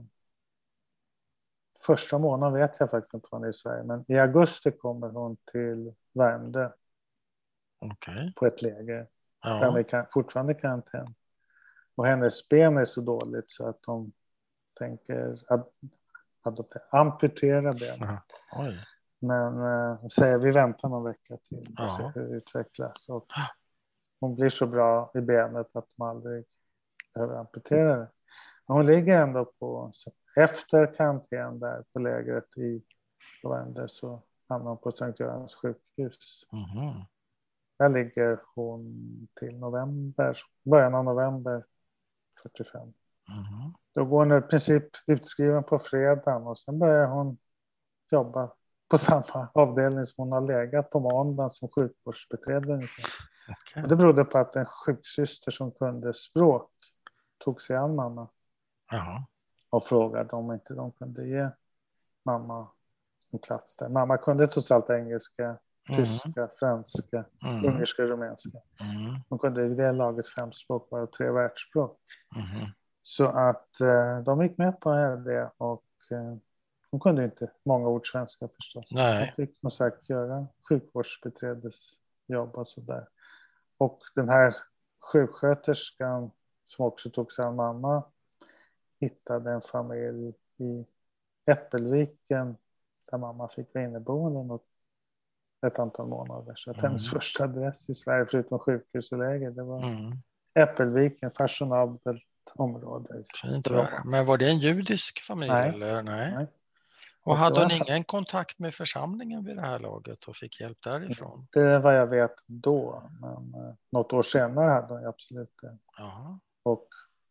Första månaden vet jag faktiskt inte vad hon är i Sverige. Men i augusti kommer hon till Värmdö. Okay. På ett läger. Ja. Där vi kan, fortfarande karantän. Och hennes ben är så dåligt så att de tänker ad, adoptera, amputera benen. Oj. Men äh, säger vi väntar någon vecka till och Ja. ser hur det utvecklas. Och hon blir så bra i benet att de aldrig behöver amputera det. Men hon ligger ändå på, efter karantän där på lägret i Värmdö så hamnar hon på Sankt Görans sjukhus. Mm. Där ligger hon till november, början av november fyrtiofem. Mm. Då går hon i princip utskriven på fredagen och sen börjar hon jobba på samma avdelning som hon har legat på måndagen som sjukvårdsbiträde. Okay. Och det berodde på att en sjuksyster som kunde språk tog sig an mamma. Ja. Och frågade om inte de kunde ge mamma en plats där. Mamma kunde trots allt engelska, mm. tyska, franska, mm. ungerska och rumänska. Mm. Hon kunde i det laget fem språk och tre världsspråk. Mm. Så att eh, de gick med på det och eh, hon kunde inte många ord svenska förstås. Nej. Hon fick som sagt göra sjukvårdsbiträdesjobb och sådär. Och den här sjuksköterskan som också tog sig an mamma hittade en familj i Äppelviken där mamma fick vara inneboende ett antal månader. Så att mm. hennes första adress i Sverige förutom sjukhus och läger det var mm. Äppelviken, fashionabelt område. Fint, men var det en judisk familj? Nej. Eller? Nej. Nej. Och, och hade hon ingen kontakt med församlingen vid det här laget och fick hjälp därifrån? Det är vad jag vet då. Men eh, något år senare hade hon absolut det. Aha. Och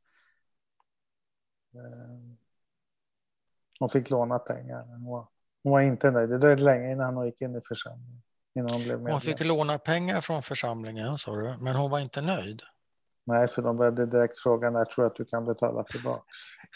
eh, hon fick låna pengar. Hon var, hon var inte nöjd. Det dröjde länge innan hon gick in i församlingen. Innan hon blev medlem. Hon fick låna pengar från församlingen, sa du, men hon var inte nöjd. Nej, för de började direkt fråga när tror att du kan betala tillbaks.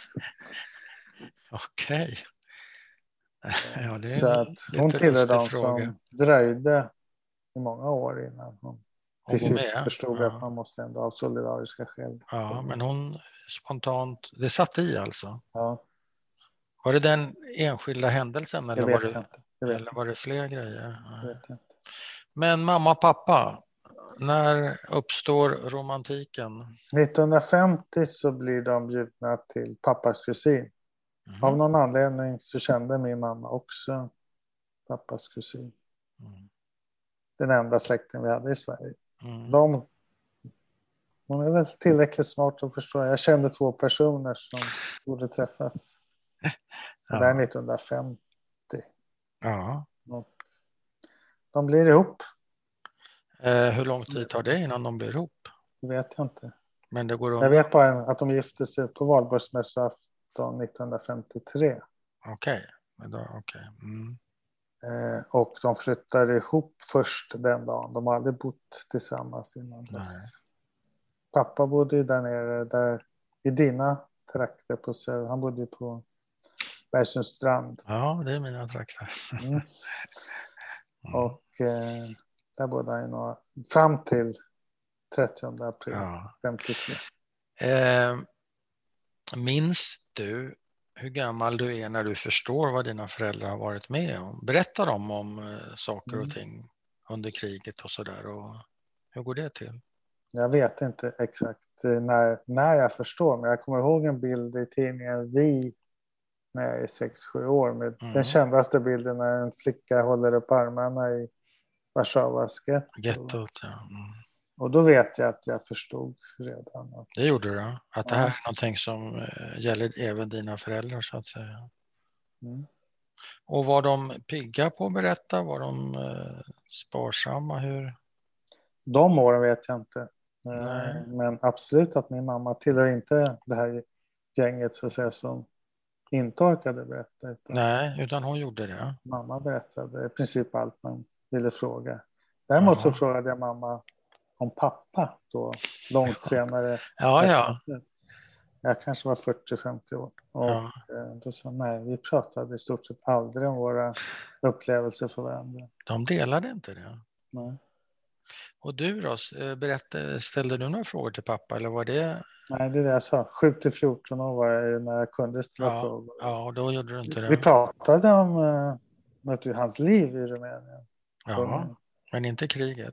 Okej. Ja, det är så att hon tillhörde de fråga. som dröjde i många år innan hon till hon sist med. förstod Ja. att man måste ändå ha solidariska skäl. Ja, men hon spontant, det satt i alltså. Ja. Var det den enskilda händelsen eller, var det, det eller var det fler grejer? Jag vet inte. Men mamma och pappa, när uppstår romantiken? nittonhundrafemtio så blir de bjudna till pappas kusin. Mm. Av någon anledning så kände min mamma också pappas kusin. Mm. Den enda släkten vi hade i Sverige. Mm. De, hon är väl tillräckligt smart att förstå. Jag kände två personer som borde träffas. Ja. Det är nittonhundrafemtio. Ja. Och de blir ihop. Eh, hur lång tid tar det innan de blir ihop? Det vet jag inte. Men det går undan. Jag vet bara att de gifte sig på valborgsmässoafton nittonhundrafemtiotre. Okej. Okay. Okay. Mm. Eh, och de flyttar ihop först den dagen. De har aldrig bott tillsammans innan dess. Nej. Pappa bodde ju där nere, där i dina trakter på Söder. Han bodde ju på Bergsundstrand. Ja, det är mina trakter. Mm. Mm. Och eh, där bodde han ju några, fram till trettionde april Ja. femtiotre. Eh, minns du hur gammal du är när du förstår vad dina föräldrar har varit med om? Berättar de om eh, saker Mm. och ting under kriget och sådär, och hur går det till? Jag vet inte exakt när, när jag förstår, men jag kommer ihåg en bild i tidningen Vi när jag är sex sju år. Med Mm. den kändaste bilden när en flicka håller upp armarna i Warszawas getto. Gettot, ja. Mm. Och då vet jag att jag förstod redan. Att, Det gjorde du, att ja. det här är någonting som eh, gäller även dina föräldrar, så att säga. Mm. Och var de pigga på att berätta? Var de eh, sparsamma? Hur? De åren vet jag inte. Nej. Eh, men absolut att min mamma tillhör inte det här gänget så att säga, som inte orkade berätta. Utan Nej, utan hon gjorde det. mamma berättade i princip allt man ville fråga. Däremot Ja. så frågade jag mamma om pappa då långt senare. Ja, ja. Jag kanske var fyrtio femtio år. Och Ja. då sa nej, vi pratade i stort sett aldrig om våra upplevelser för varandra. De delade inte det. Nej. Och du då, berättade, ställde du några frågor till pappa, eller var det? Nej, det är det jag sa. sju till fjorton år var jag när jag kunde ställa Ja, frågor. ja, och då gjorde du inte det. Vi pratade om uh, hans liv i Rumänien. Ja, men inte kriget.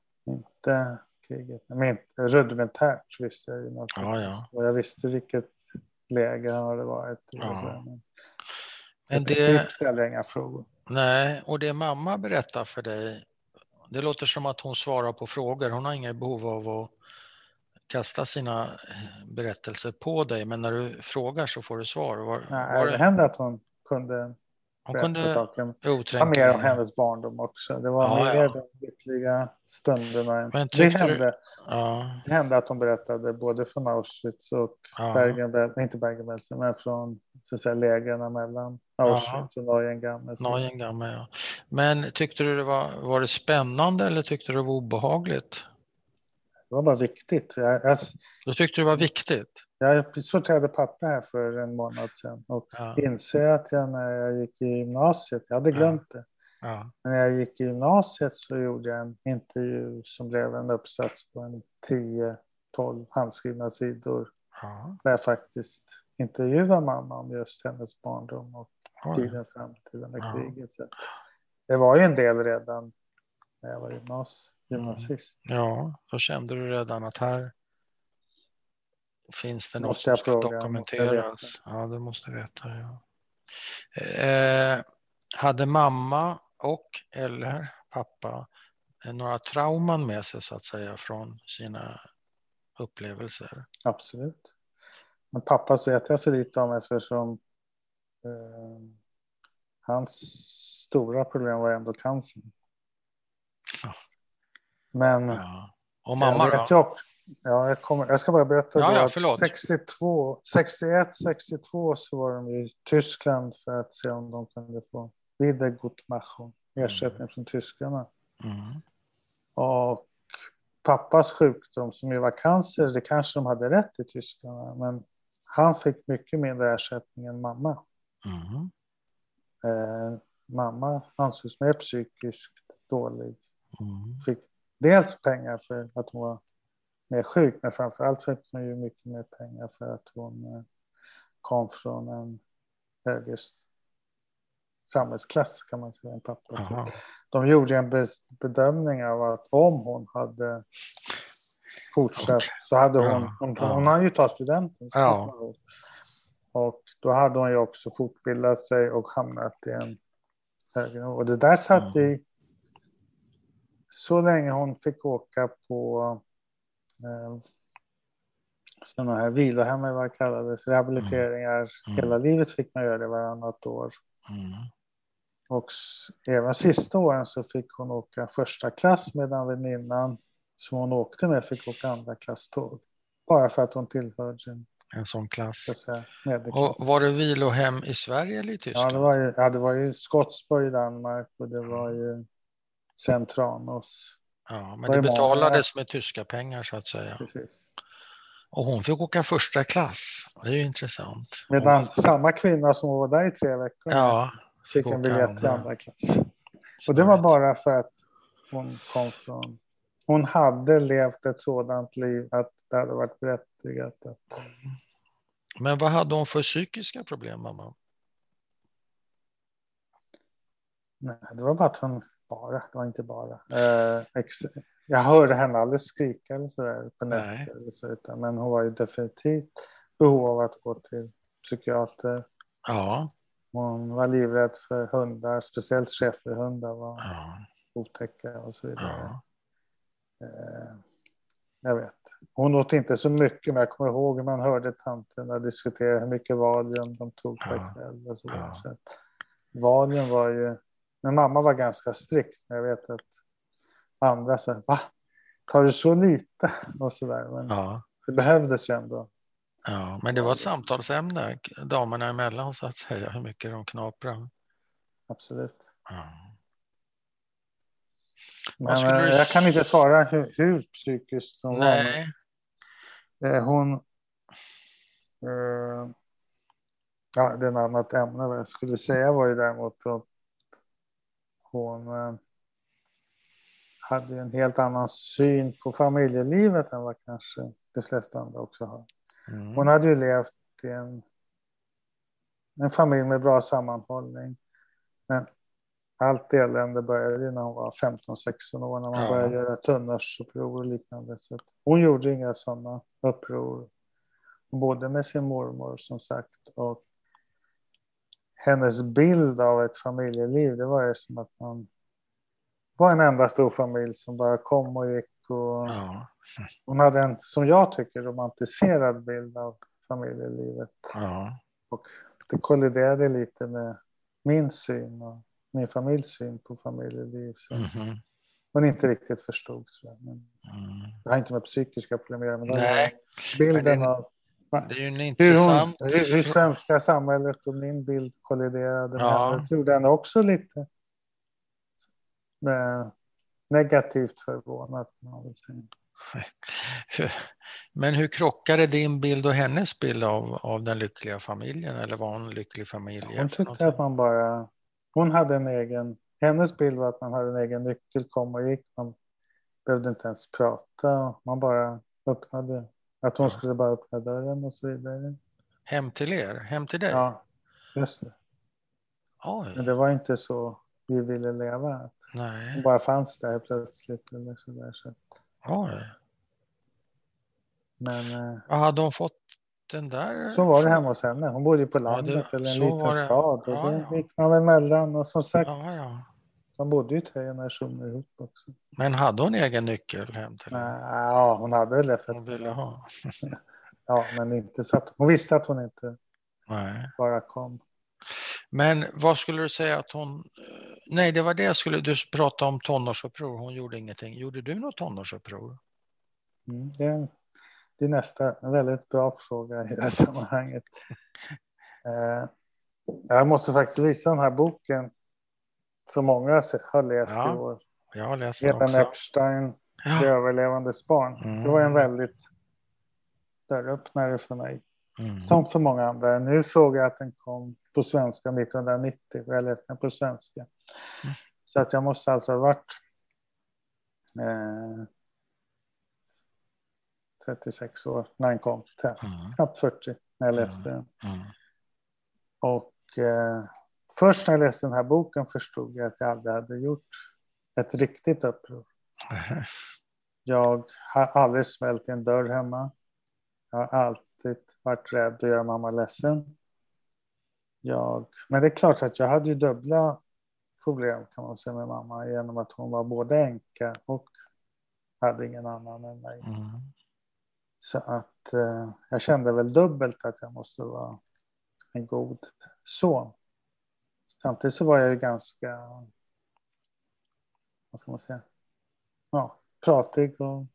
Inte kriget. Men inte, rudimentärt visste jag ju något. Ja, ja. Och jag visste vilket läge han hade varit i. Ja. Men Men i princip det, ställde jag inga frågor. nej, och det mamma berättar för dig, det låter som att hon svarar på frågor. Hon har inget behov av att kasta sina berättelser på dig, men när du frågar så får du svar. Var, Nej, var det det hände att hon kunde hon berätta kunde saker. Det var oträngt mer om hennes barndom också. Det var Ja, mer ja. de lyckliga stunderna. Men Det tyckte hände, du, ja, det hände att hon berättade både från Auschwitz och Ja. Bergen-Belsen, inte Bergen-Belsen, men från så att säga, lägren mellan Auschwitz och Neuengamme. Neuengamme, ja. Men tyckte du det var, var det spännande eller tyckte du det var obehagligt? Det var bara viktigt. Jag, jag, Du tyckte det var viktigt? jag sorterade papper här för en månad sedan och Ja. inser att jag när jag gick i gymnasiet, jag hade glömt det. Ja. När jag gick i gymnasiet så gjorde jag en intervju som blev en uppsats på en tio tolv handskrivna sidor. Ja. Där jag faktiskt intervjuade mamma om just hennes barndom och Oj. tiden fram till den Ja. kriget. Så det var ju en del redan när jag var gymnas, gymnasist. Mm. Ja, då kände du redan att här finns det något Måste som jag ska fråga, dokumenteras. måste Ja, du måste veta. Ja. Eh, hade mamma och eller pappa några trauman med sig så att säga från sina upplevelser? Absolut. Men pappa så vet jag så lite om eftersom eh, hans stora problem var ändå cancer. Ja. Men Ja. Och mamma jag vet då? ju också, ja, jag, kommer, jag ska bara berätta Ja, då ja, att förlåt. sextiotvå, sextioett sextiotvå så var de i Tyskland för att se om de kunde få Wiedergutmachung, ersättning Mm. från tyskarna. Mm. Och pappas sjukdom som ju var cancer, det kanske de hade rätt i tyskarna, men han fick mycket mindre ersättning än mamma. Mm. Eh, mamma ansågs mer psykiskt dålig. Mm. Fick dels pengar för att hon var mer sjuk, men framförallt fick hon ju mycket mer pengar för att hon eh, kom från en högre samhällsklass kan man säga, en pappa. Så de gjorde en be- bedömning av att om hon hade fortsatt Okay. så hade hon, Ja, hon, ja. hon hade ju tagit studenten. Ja. Och då hade hon ju också fortbildat sig och hamnat i en högre. Och det där satt Mm. i så länge hon fick åka på eh, sådana här vilohem, vad det kallades, rehabiliteringar. Mm. Hela livet fick man göra det varannat år. Mm. Och s- även sista åren så fick hon åka första klass, medan väninnan som hon åkte med fick åka andra klass tåg. Bara för att hon tillhörde en, En sån klass. så att säga, medelklass. Och var det vilohem i Sverige eller i Ja, Tyskland? det var ju, ja, det var ju Skottsborg i Danmark och det var ju Centranos. Ja, men var det ju många- betalades med tyska pengar så att säga. Precis. Och hon fick åka första klass. Det är ju intressant. Medan Hon, samma kvinna som var där i tre veckor ja, fick fick en åka biljett till andra. andra klass. Och det var Snarare. bara för att hon kom från... Hon hade levt ett sådant liv att det hade varit berättigat. Att, Men vad hade hon för psykiska problem, mamma? nej, det var bara att hon... Bara, det var inte bara. Eh, ex, jag hörde henne aldrig skrika eller sådär på Nej. nätet. Eller så, utan, men hon var ju definitivt behov av att gå till psykiater. Ja, Hon var livrädd för hundar, speciellt schäferhundar var ja, otäcka och så vidare. ja. Eh, jag vet. Hon åt inte så mycket, men jag kommer ihåg hur man hörde tanterna diskutera hur mycket Valium de tog per Ja. kväll. Och så Ja. så att Valium var ju... Men mamma var ganska strikt. Jag vet att andra sa, va? Tar du så lite? Och så där. Men Ja. det behövdes ju ändå. Ja, men det var ett samtalsämne damerna emellan så att säga, hur mycket de knaprar. Absolut. Ja. Men Vad skulle eh, du- jag kan inte svara hur, hur psykiskt hon var. Nej, Men, eh, hon... Eh, ja, det är ett annat ämne. Vad jag skulle säga var ju däremot att hon eh, hade ju en helt annan syn på familjelivet än vad kanske de flesta andra också har. mm. Hon hade ju levt i en, en familj med bra sammanhållning. Men allt elände började när hon var femton sexton år, när man Ja. började göra tonårsuppror och liknande. Så att hon gjorde inga sådana uppror. Både med sin mormor som sagt, och hennes bild av ett familjeliv, det var ju som att man var en enda stor familj som bara kom och gick. Och Ja. hon hade en, som jag tycker, romantiserad bild av familjelivet. Ja. Och det kolliderade lite med min syn och min familjs syn på familjeliv. Så Mhm. hon inte riktigt förstod. Så. Men Mm. det har inte med psykiska problem att göra, men det Nej, var bilden men det- av Det är ju en hur, hon, intressant... hur, hur svenska samhället och min bild kolliderade med Ja. henne. Så gjorde henne också lite eh, negativt förvånad. kan man väl säga. Men hur krockade din bild och hennes bild av, av den lyckliga familjen? Eller var hon en lycklig familj? Hon tyckte att man bara... Hon hade en egen... Hennes bild var att man hade en egen nyckel, kom och gick. Man behövde inte ens prata. Man bara öppnade. Att hon Ja. skulle bara öppna dörren och så vidare. Hem till er? Hem till dig? Ja, just det. Oj, Men det var inte så vi ville leva. Hon nej. bara fanns där plötsligt. Eller så där, så. Oj. Men eh, Vad hade hon fått den där? så var det hemma hos henne. Hon bodde ju på landet det- eller en så liten var det. stad. Och Ja, det ja. gick man väl mellan. Och som sagt, Ja, ja. de bodde ju tre generationer ihop också. Men hade hon egen nyckel hem till dig? Nej, ja, hon hade väl det. För Hon att, ville ha? ja, men inte så att, hon visste att hon inte Nej. bara kom. Men vad skulle du säga att hon... Nej, det var det jag skulle... Du pratade om tonårsuppror. Hon gjorde ingenting. Gjorde du något tonårsuppror? Mm, det, är, det är nästa en väldigt bra fråga i det här sammanhanget. Eh, jag måste faktiskt visa den här boken som många har läst Ja, i år. Jag har läst den Helen också. Epstein, De Ja. överlevandes barn. Mm. Det var en väldigt dörröppnare för mig. Mm. Som för många andra. Nu såg jag att den kom på svenska nittonhundranittio. Och jag läste den på svenska. Mm. Så att jag måste alltså ha varit eh, trettiosex år när den kom. Mm. Knappt fyrtio när jag läste den. Mm. Och eh, först när jag läste den här boken förstod jag att jag aldrig hade gjort ett riktigt uppror. Jag har aldrig smält i en dörr hemma. Jag har alltid varit rädd att göra mamma ledsen. Jag, men det är klart att jag hade ju dubbla problem kan man säga med mamma genom att hon var både änka och hade ingen annan än mig. Mm. Så att eh, jag kände väl dubbelt att jag måste vara en god son. Samtidigt så var jag ju ganska, vad ska man säga, ja, pratig och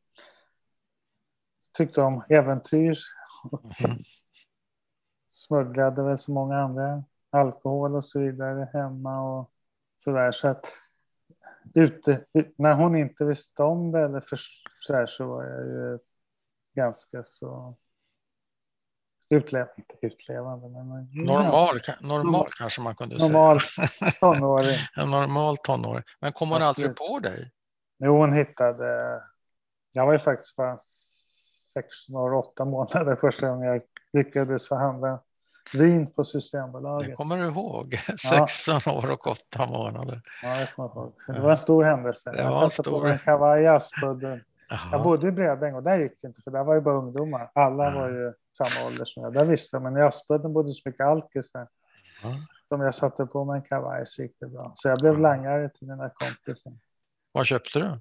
tyckte om äventyr. Mm. Smugglade väl så många andra alkohol och så vidare hemma och sådär. Så att ute, när hon inte visste om det eller för, så, här, så var jag ju ganska så utlevande, inte utlevande men normal, normal kanske man kunde normal säga. tonåring. En normal tonåring. Men kom hon aldrig på dig? Jo, hon hittade, jag var ju faktiskt bara sexton år, åtta månader första gången jag lyckades förhandla vin på Systembolaget. Det kommer du ihåg, sexton ja. År och åtta månader. Ja, jag kommer ihåg. Det var en stor händelse. Det jag var satte stor... på en kavaj i Aspudden. Jag bodde i Bredäng och där gick det inte för där var ju bara ungdomar. Alla ja. Var ju samma ålder som jag. Där visste jag, men i Aspudden bodde så mycket alkisar. Ja. Som jag satte på mig en kavaj så gick det bra. Så jag blev ja. Langare till mina kompisar. Vad köpte du?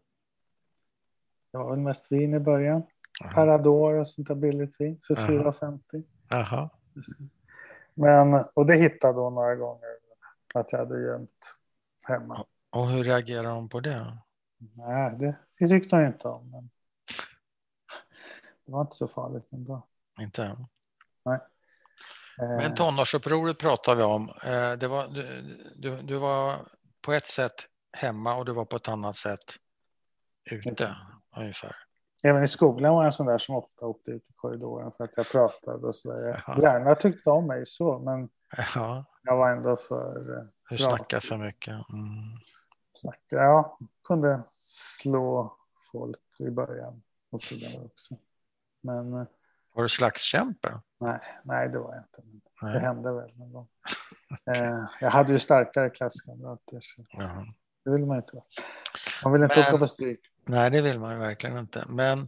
Det var väl mest vin i början. Ja. Parador och sånt där billigt vin för fyra femtio. Jaha. Men, och det hittade hon några gånger att jag hade gömt hemma. Och hur reagerade hon på det? Nej, det, det tyckte hon inte om. Men det var inte så farligt ändå. Inte? Nej. Men tonårsupproret pratar vi om. Det var, du, du, du var på ett sätt hemma och du var på ett annat sätt ute mm. ungefär. Även i skolan var jag en sån där som ofta åkte ut i korridoren för att jag pratade och sådär. Lärarna tyckte om mig så, men ja. Jag var ändå för... Du snackade för mycket. Mm. Snacka, ja, kunde slå folk i början och så där också. Men... Var du slagskämpe? Nej, nej, det var jag inte. Nej. Det hände väl någon gång. eh, jag hade ju starkare klasskamrater. Så ja. Det vill man inte vara. Man vill inte Men... åka på stryk. Nej, det vill man ju verkligen inte. Men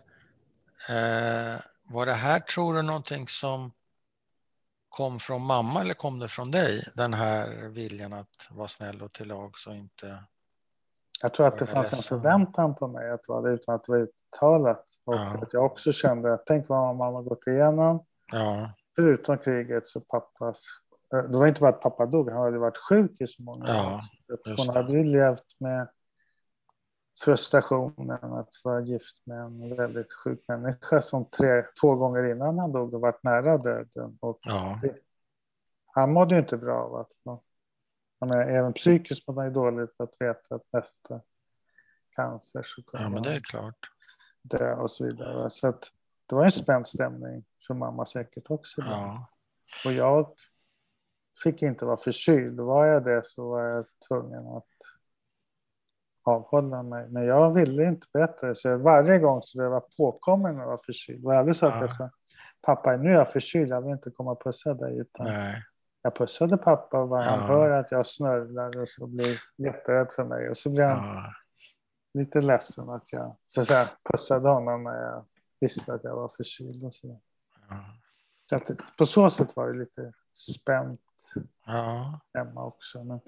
eh, var det här, tror du, någonting som kom från mamma eller kom det från dig? Den här viljan att vara snäll och till lags och inte... Jag tror att det fanns ledsen. En förväntan på mig att vara det utan att det var uttalat. Och ja. Att jag också kände, tänk vad mamma gått igenom. Ja. Förutom kriget så pappas... Det var inte bara att pappa dog, han hade varit sjuk i så många ja, år. Hon hade ju levt med frustrationen att vara gift med en väldigt sjuk människa som tre, två gånger innan han dog och varit nära döden. Och ja. det, han mådde ju inte bra av att jag menar, även psykiskt var det dåligt att veta att nästa cancer så kunde ja, men det är klart. dö och så vidare. Så att det var en spänd stämning för mamma säkert också. Ja. Och jag fick inte vara förkyld. Var jag det så var jag tvungen att avhålla mig. Men jag ville inte berätta det. Så varje gång så blev jag påkommen när jag var förkyld. Och jag aldrig så att ja. Jag sa, pappa, nu är jag förkyld. Jag vill inte komma och pussa dig. Utan nej. Jag pussade pappa och han ja. Hör att jag snörvlar och så blir jätterädd för mig. Och så blir han ja. Lite ledsen att jag så att säga, pussade honom när jag visste att jag var förkyld. Och så. Ja. Så att, på så sätt var det lite spänt ja. Hemma också. Men,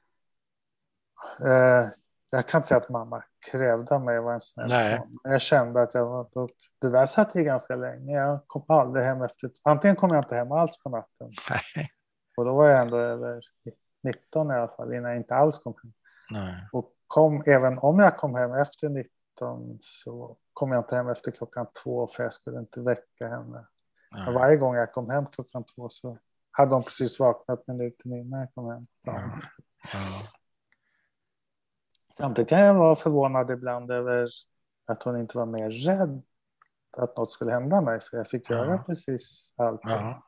eh, jag kan inte säga att mamma krävde av mig att vara en snäll son. Jag kände att jag var... Och det där satt i ganska länge. Jag kom aldrig hem efter... Antingen kom jag inte hem alls på natten. Nej. Och då var jag ändå över nitton i alla fall. Innan jag inte alls kom hem. Nej. Och kom, även om jag kom hem efter nitton så kom jag inte hem efter klockan två. För jag skulle inte väcka henne. Och varje gång jag kom hem klockan två så hade de precis vaknat minuten innan jag kom hem. Ja. Ja. Samtidigt kan jag vara förvånad ibland över att hon inte var mer rädd att något skulle hända mig. För jag fick ja. Göra precis allt. Ja.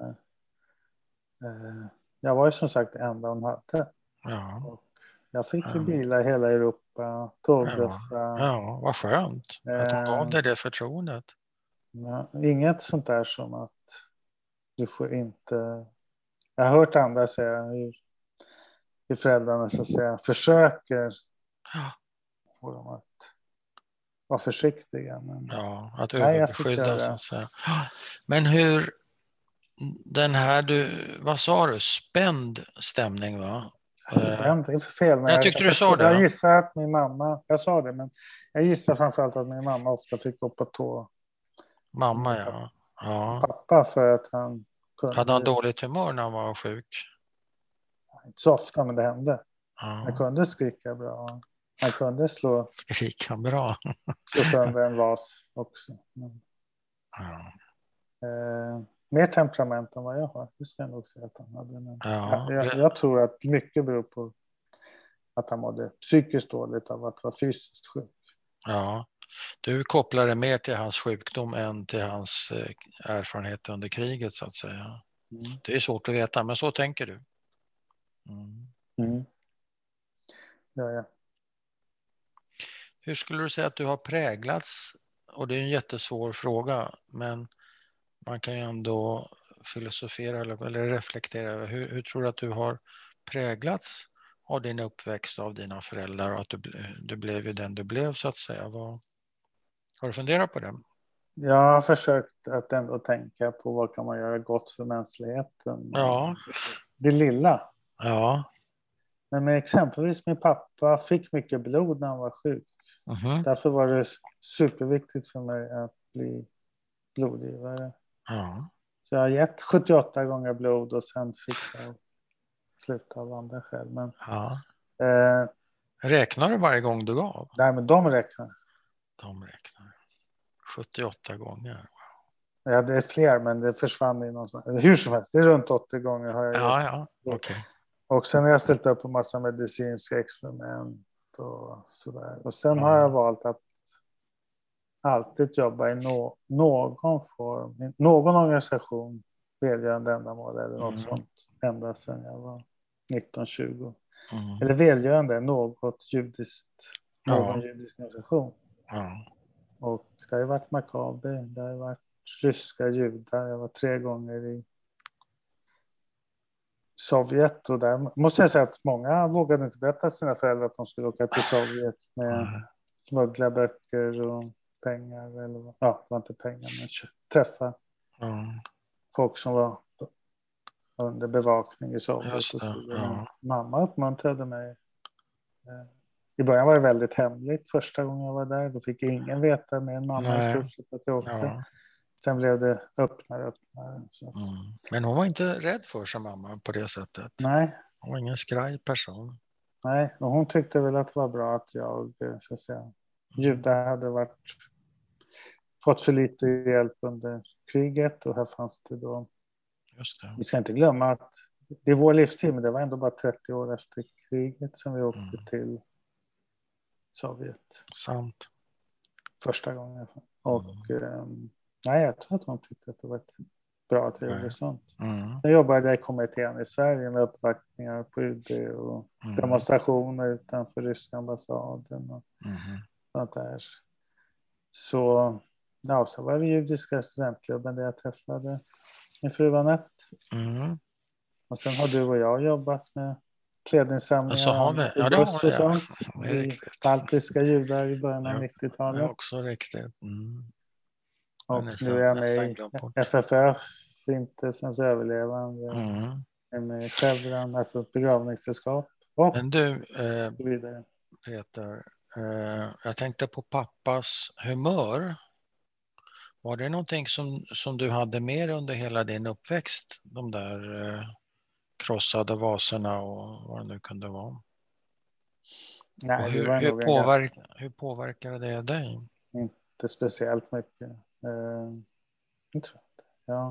Jag var ju som sagt det enda hon hade. Ja. Och jag fick ju ja. Bilar i hela Europa. Tågruffa. Ja. ja, vad skönt att hon gav dig det förtroendet. Ja, inget sånt där som att du får inte... Jag har hört andra säga hur, hur föräldrarna så att säga, försöker ja. få dem att vara försiktiga. Men... Ja, att överbeskydda så att säga. Men hur den här, du, vad sa du, spänd stämning va? Spänd, det är för fel. Men jag tyckte jag, du sa jag, det. Jag gissar att min mamma, jag sa det, men jag gissar framförallt att min mamma ofta fick gå på tå. Mamma, ja. ja. Pappa för att han kunde. Hade han dåligt humör när han var sjuk? Inte så ofta, men det hände. Ja. Han kunde skrika bra. Han kunde slå, Skrika bra. slå sönder en vas också. Men, Ja. eh, mer temperament än vad jag har. Det ska jag nog säga att han hade. Men Ja. jag, jag, jag tror att mycket beror på att han mådde psykiskt dåligt av att vara fysiskt sjuk. Ja. Du kopplar det mer till hans sjukdom än till hans erfarenhet under kriget, så att säga. Mm. Det är svårt att veta, men så tänker du. Mm. Mm. Ja, ja. Hur skulle du säga att du har präglats? Och det är en jättesvår fråga, men man kan ju ändå filosofera eller, eller reflektera över hur, hur tror du att du har präglats av din uppväxt, av dina föräldrar, och att du, du blev ju den du blev, så att säga. Vad, har du funderat på det? Jag har försökt att ändå tänka på vad kan man göra gott för mänskligheten. Ja. Det lilla. Ja. Men med exempelvis min pappa fick mycket blod när han var sjuk. Mm-hmm. Därför var det superviktigt för mig att bli blodgivare. Ja. Så jag har gett sjuttioåtta gånger blod och sen fick jag sluta av andra skäl. Men, ja. eh, räknar du varje gång du gav? Nej, men de räknar. De räknar. sjuttioåtta gånger. Ja, det är fler, men det försvann i någon sån. Hur som helst, det är runt åttio gånger har jag ja, ja. Okay. Och sen har jag ställt upp på massa medicinska experiment och sådär. Och sen ja. har jag valt att alltid jobba i no- någon form, i någon organisation, välgörande ändamål eller något mm. sånt, ända sedan jag var nitton tjugo. Mm. Eller välgörande, något judiskt, någon ja. judisk organisation. Ja. Och det har ju varit Maccabi, det har ju varit ryska judar, jag var tre gånger i Sovjet, och där måste jag säga att många vågade inte berätta sina föräldrar att de skulle åka till Sovjet med mm. smuggla böcker och pengar, eller ja, det var inte pengar, men träffa mm. folk som var under bevakning i Sovjet. Och så. Ja. Mamma uppmuntrade mig. I början var det väldigt hemligt första gången jag var där. Då fick ingen veta mer än mamma att jag åkte. Ja. Sen blev det öppnare öppnare. Så. Mm. Men hon var inte rädd för sig, mamma, på det sättet? Nej. Hon var ingen skraj person. Nej, och hon tyckte väl att det var bra att jag, så att säga, judar hade varit, fått för lite hjälp under kriget, och här fanns det då. Just det. Vi ska inte glömma att det är vår livstid, men det var ändå bara trettio år efter kriget som vi åkte mm. till Sovjet. Sant. Första gången. Och mm. um, nej, jag tror att hon tyckte att det var ett bra att vi gjorde sånt. Mm. Jag jobbade i kommittén i Sverige med uppvaktningar på U D och mm. demonstrationer utanför ryska ambassaden och mm. sånt där. Så, ja, så var det judiska studentklubben där jag träffade min fru Anette. Mm. Och sen har du och jag jobbat med klädinsamlingar. Så har vi. Ja, det har vi. Och sånt. Ja, det är baltiska judar i början av ja, nittiotalet. Det är också riktigt. Mm. Och nästan, nu är jag med i F F F, Förintelsens överlevande, mm. med Chevron, alltså begravningssällskap. Och men du, eh, Peter, eh, jag tänkte på pappas humör. Var det någonting som, som du hade med under hela din uppväxt? De där eh, krossade vaserna och vad det nu kunde vara. Nej, hur, det var hur, påverk, ganska... hur påverkade det dig? Inte speciellt mycket. Eh, jag tror inte. Ja.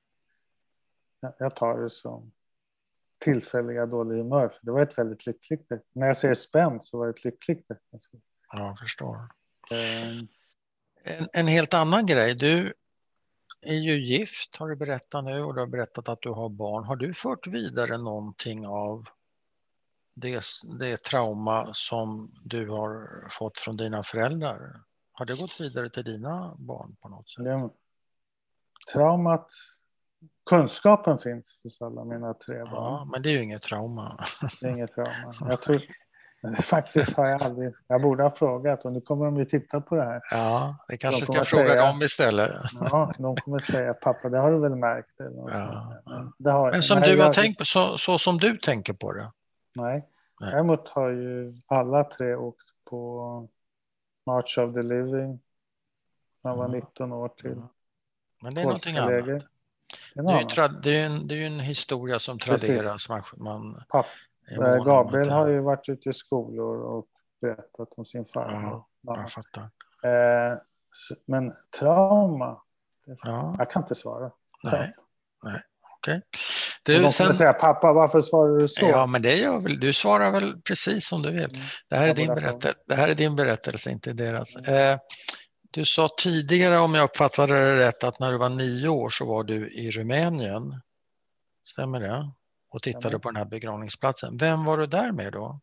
Ja. Jag tar det som tillfälliga dåliga humör. För det var ett väldigt lyckligt. När jag säger spänt så var det ett lyckligt. Ja, jag förstår. Eh, En, en helt annan grej. Du är ju gift, har du berättat nu, och du har berättat att du har barn. Har du fört vidare någonting av det, det trauma som du har fått från dina föräldrar? Har det gått vidare till dina barn på något sätt? Det, traumat, kunskapen finns hos alla mina tre barn. Ja, men det är ju inget trauma. Det är inget trauma. Jag tror... Faktiskt har jag aldrig, jag borde ha frågat, och nu kommer de ju titta på det här. Ja, det kanske ska fråga säga, dem istället. Ja, de kommer säga, pappa, det har du väl märkt? Eller något ja, men, det har, men som nej, du har jag, tänkt på, så, så som du tänker på det. Nej. Nej. Däremot har ju alla tre åkt på March of the Living. Man var Mm. nitton år till. Mm. Men det är någonting annat. läger. Det är, Det är, ju annat. tra- det, är en, det är ju en historia som traderas. Man, man är mån om Gabriel att- har ju varit ute i skolor och berättat om sin farmor. Ja, jag fattar. Eh, så, men trauma? Det, Ja. Jag kan inte svara. Nej, nej. Okej. Och Du, de kommer sen, säga, pappa, varför svarar du så? ja, men det gör väl, du svarar väl precis som du vill. Mm. Det här är, Jag din, borde ha berättelse, det här är din berättelse, inte deras. Eh, du sa tidigare, om jag uppfattade det rätt, att när du var nio år så var du i Rumänien. Stämmer det? Och tittade Stämmer. på den här begravningsplatsen. Vem var du där med då?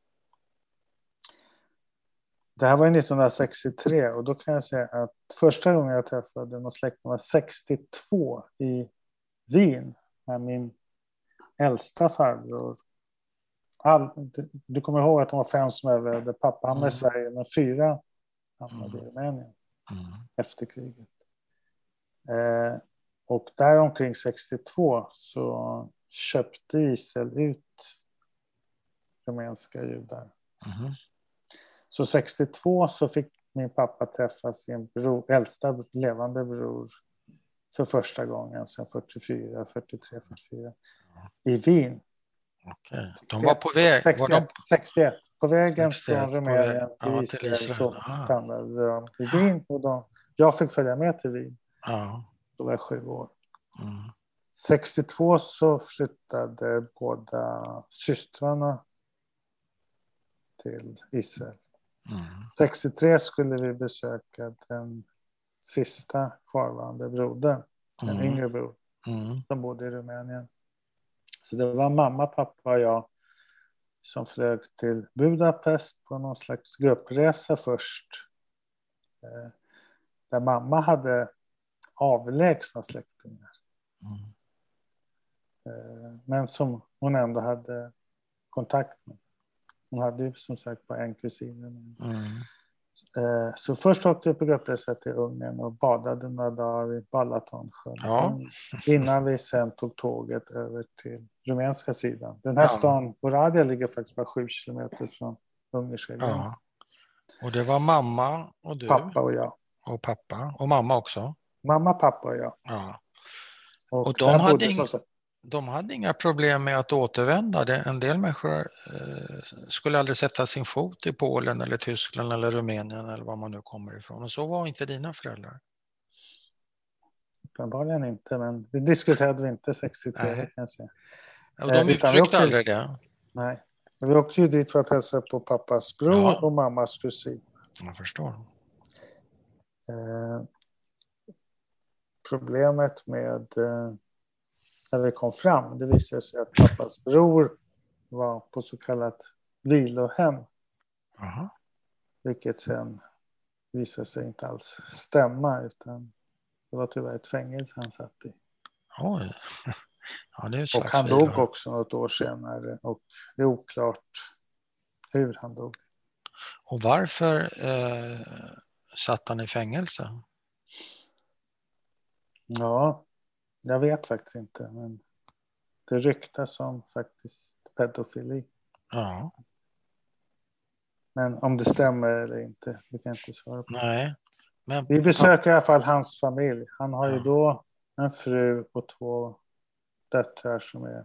Det här var nittonhundrasextiotre och då kan jag säga att första gången jag träffade någon släkting var sextiotvå i Wien. När min äldsta farbror, all, du kommer ihåg att de var fem som överlevde, pappa hamnade Mm. i Sverige men fyra hamnade Mm. i Rumänien Mm. efter kriget. Eh, och där omkring sextiotvå så köpte Israel ut rumänska judar. Mm. Så sextiotvå så fick min pappa träffa sin bror, äldsta levande bror för första gången sedan fyrtiofyra, fyrtiotre, fyrtiofyra i Wien. Okej. De var på väg. sextioett, Var de... sextioett. På vägen sextioett, från på väg- Rumänien ja, till till Israel, Israel. så Ah. stannade de i Wien. Och de, jag fick följa med till Wien. Ja. Då var jag sju år. Mm. sextiotvå så flyttade båda systrarna till Israel. Mm. sextiotre skulle vi besöka den sista kvarvarande brodern, en Mm. yngre bror, Mm. som bodde i Rumänien. Så det var mamma, pappa och jag som flög till Budapest på någon slags gruppresa först. Eh, där mamma hade avlägsna släktingar. Mm. Eh, men som hon ändå hade kontakt med. Hon hade ju som sagt bara en kusin. Mm. Eh, så först åkte vi på gruppresa till Ungern och badade några dagar i Balatonsjön. Ja. Innan vi sen tog tåget över till rumänska sidan. Den här Ja. stan, Oradea, ligger faktiskt bara sju kilometer från ungerska gränsen. Ja. Och det var mamma och du Pappa och jag. och pappa och mamma också. Mamma, pappa och jag. Ja. Och, Och de där hade bodde ing- som sagt- De hade inga problem med att återvända. Det- En del människor eh, skulle aldrig sätta sin fot i Polen eller Tyskland eller Rumänien eller var man nu kommer ifrån. Och så var inte dina föräldrar. uppenbarligen inte, men det diskuterade vi inte sextiotre, Nej. kan jag säga. Och de Eh, utan vi uttryckte åkte- aldrig det. Nej. Men vi åkte ju dit för att hälsa på pappas bror Ja. och mammas kusin. Jag förstår. Eh, problemet med eh, när vi kom fram, det visade sig att pappas bror var på så kallat vilohem, Aha. vilket sen visade sig inte alls stämma, utan det var tyvärr ett fängelse han satt i. Oj. Ja, det är ett Och slags han vila. dog också något år senare, och det är oklart hur han dog. Och varför eh, satt han i fängelse? Ja, jag vet faktiskt inte, men det ryktas om faktiskt pedofili. Ja, Men om det stämmer eller inte, det kan jag inte svara på. nej. Men Vi besöker i alla fall hans familj. Han har ju Ja. då en fru och två döttrar som är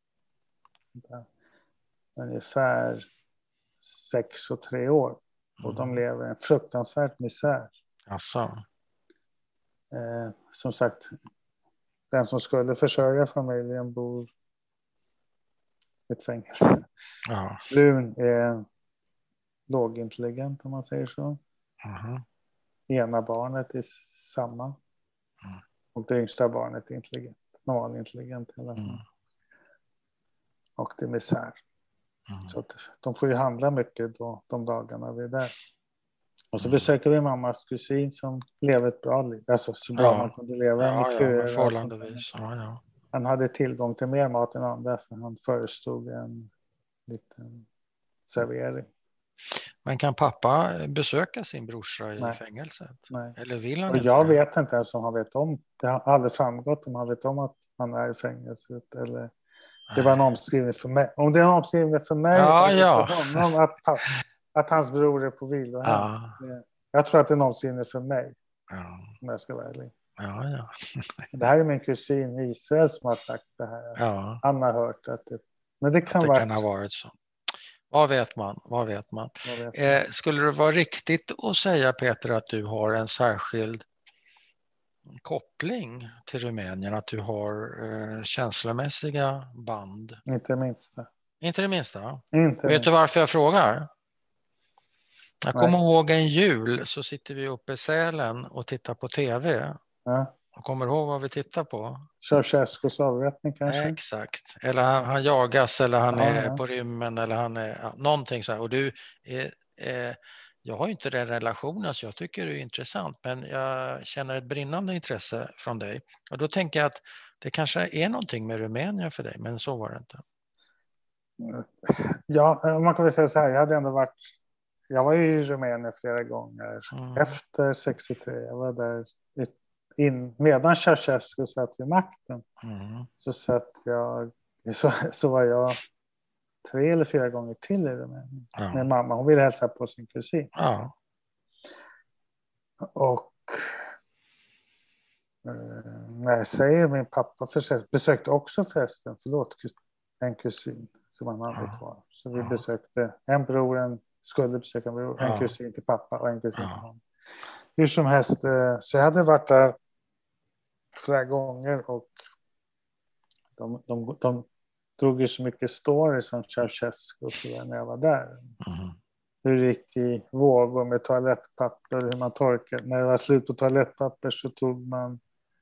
ungefär sex och tre år. Och de lever i en fruktansvärd misär. alltså, Eh, som sagt, den som skulle försörja familjen bor i ett fängelse. ja. Frun är lågintelligent, om man säger så. Mhm. Ena barnet är samma. Mm. Och det yngsta barnet är intelligent. Normalintelligent i alla fall. Mm. Och det är misär. Mm. Så att de får ju handla mycket då, de dagarna vi är där. Och så Mm. besöker vi mammas kusin som lever ett bra liv. Alltså så bra Ja. man kunde leva. Ja, med ja, köer men och allt förhållandevis. sånt. Ja, ja. Han hade tillgång till mer mat än andra, för han förestod en liten servering. Men kan pappa besöka sin brorsa i Nej. fängelset? Nej. Eller vill han Och inte jag det? vet inte ens om han vet om. Det har aldrig framgått om han vet om att han är i fängelset. Eller Det var en omskrivning för mig. Om det är en omskrivning för mig Ja, eller ja. för honom att, att hans bror är på vilohem. Ja. Jag tror att det är en omskrivning för mig. Ja. Om jag ska vara ärlig. Ja, ja. Det här är min kusin Israel som har sagt det här. Ja. Han har hört att det, men det kan, Att det vara, kan ha varit så. Vad vet man? Vad vet man? vad vet Eh, skulle det vara riktigt att säga, Peter, att du har en särskild koppling till Rumänien, att du har eh, känslomässiga band? inte minsta. Inte det minsta? Inte Vet minsta. du varför jag frågar? Jag Nej. kommer ihåg en jul så sitter vi uppe i Sälen och tittar på tv. Ja. Och kommer du ihåg vad vi tittar på? Ceausescus avrättning kanske? Exakt. Eller han, han jagas eller han Ja, är ja. på rymmen eller han är ja, någonting så här. Och du, är, eh, jag har ju inte den relationen så jag tycker det är intressant, men jag känner ett brinnande intresse från dig. Och då tänker jag att det kanske är någonting med Rumänien för dig, men så var det inte. Ja, man kan väl säga så här, jag hade ändå varit, jag var ju i Rumänien flera gånger Mm. efter sextiotre. Jag var där in, medan Ceausescu satt vid makten. Mm. Så satt jag, så, så var jag tre eller fyra gånger till i Rumänien. Ja. Min mamma, hon ville hälsa på sin kusin. Ja. Och eh, när jag säger min pappa försökte, besökte också festen, förlåt, en kusin som han hade Ja. kvar. Så vi Ja. besökte en bror, en skulle besöka en bror, en Ja. kusin till pappa och en kusin Ja. till honom. Hur som helst, eh, så jag hade varit där flera gånger och de, de, de drog ju så mycket stories om Ceausescu när jag var där. Mm. Hur det gick i vågor med toalettpapper, hur man torkade. När det var slut på toalettpapper så tog man